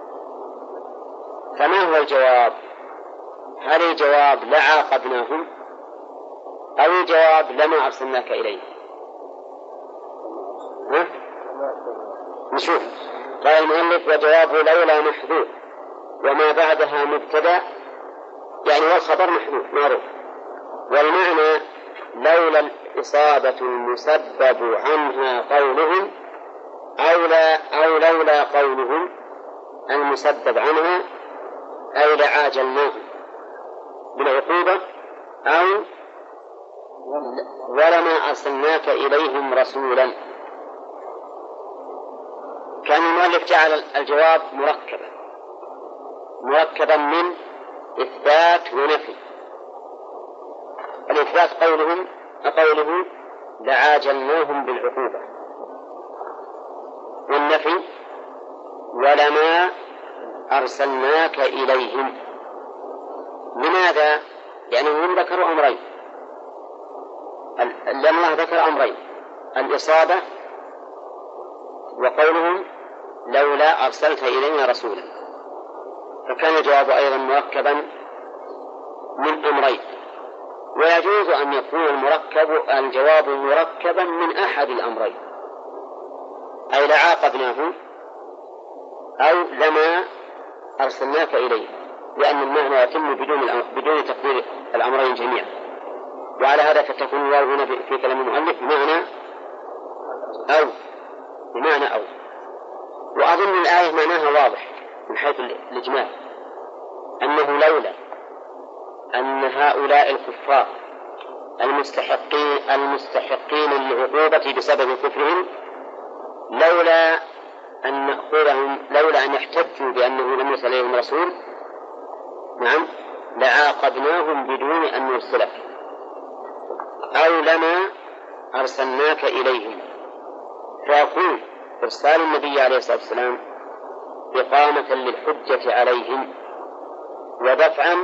فما هو الجواب؟ هل الجواب لعاقبناهم أو الجواب لما أرسلناك إليه؟ نشوف. قال المؤلف وجوابه لولا محذوف وما بعدها مبتدأ، يعني والخبر محذوف معروف، والمعنى لولا الإصابة المسبب عنها قولهم أو لولا قولهم المسبب عنها أي لعاجلناهم بالعقوبة أو ولما أرسلناك إليهم رسولا. كان المؤلف جعل الجواب مركبا من إثبات ونفي. الإثبات قوله لعاجلناهم بالعقوبة، والنفي ولما أرسلناك إليهم. لماذا؟ لأنهم ذكروا أمرين، لأن الله ذكر أمرين: الإصابة وقولهم لولا أرسلت إلينا رسولا، فكان الجواب أيضا مركبا من أمرين. ويجوز أن يكون الجواب مركبا من أحد الأمرين، أي لعاقبناه أو لما أرسلناك إليه، لأن المعنى يتم بدون تقدير الأمرين جميعا. وعلى هذا فتكون الواو هنا في كلام المؤلف بمعنى أو. وأظن الآية معناها واضح من حيث الإجمال، أنه لولا أن هؤلاء الكفار المستحقين للعقوبة بسبب كفرهم لولا أن يحتجوا بأنه لم يرسل إليهم رسول، نعم، لعاقبناهم بدون أن نرسله أو لما أرسلناك إليهم. فيكون إرسال النبي عليه الصلاة والسلام إقامة للحجة عليهم ودفعا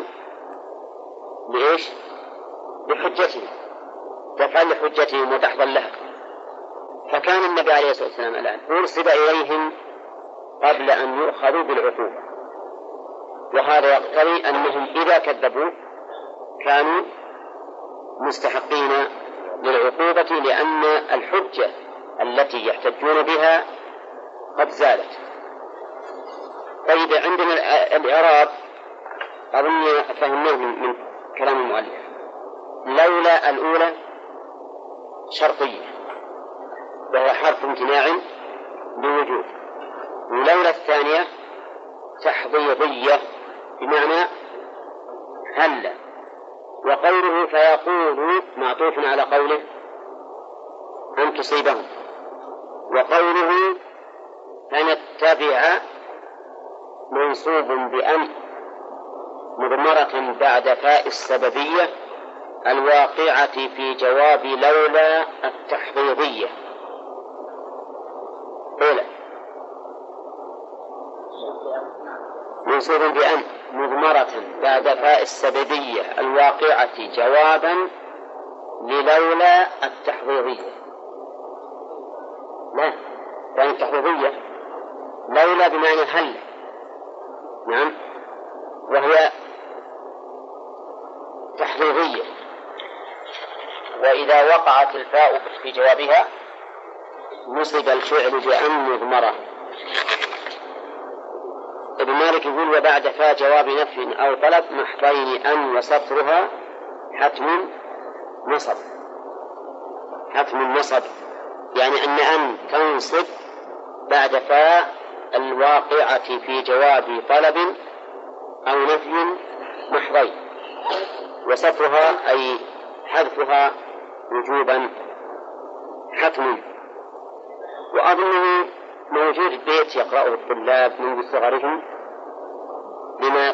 لحجتهم، دفعا لحجتهم ودحضا لها. فكان النبي عليه الصلاة والسلام الآن أرسل إليهم قبل أن يؤخذوا بالعقوبة، وهذا يقتضي أنهم إذا كذبوا كانوا مستحقين للعقوبة، لأن الحجة التي يحتجون بها قد زالت. طيب، عندنا الإعراب أظن فهمناه من كلام المؤلف. لولا الأولى شرطية وهو حرف امتناع بوجود، ولولا الثانية تحضيضية بمعنى هل. وقوله فيقول معطوف على قوله أن تصيبهم، وقوله فنتبع منصوب بأن مضمرة بعد فاء السببية الواقعة في جواب لولا التحضيضية. أولى منصوب بأن مضمرة بعد فاء السببية الواقعة جوابا للولا التحضيضية. لا، يعني التحضيضية لولا بمعنى هل، نعم، وهي تحضيضية. وإذا وقعت الفاء في جوابها نصب الفعل بأن مضمرة. ابن مالك يقول وبعد فاء جواب نفي أو طلب محضين أن وسطرها حتم نصب، يعني أن تنصب بعد فاء الواقعة في جواب طلب أو نفي محضين، وسطرها أي حذفها وجوبا حتم. وأظنه موجود بيت يقرأه الطلاب منذ صغرهم لما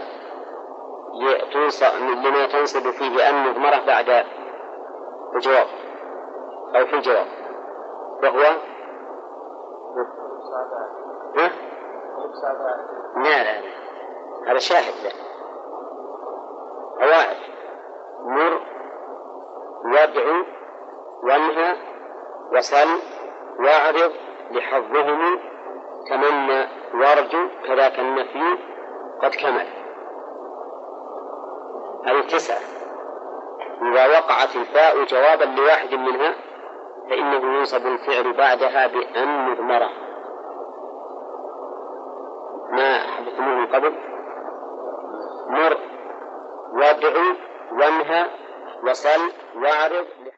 تنصب فيه أن مضمرة بعد الجواب أو في الجواب، وهو لا هذا شاهد له قواعد: مر، يدعو، وانهى وسل واعرض لحظهم تمنى وارجو كذاك النفي قد كمل. هذه 9. إذا وقعت الفاء جوابا لواحد منها فإنه ينصب الفعل بعدها بأن مضمرة. ما حدثناه من قبل: مر وادعو وانهى وسل واعرض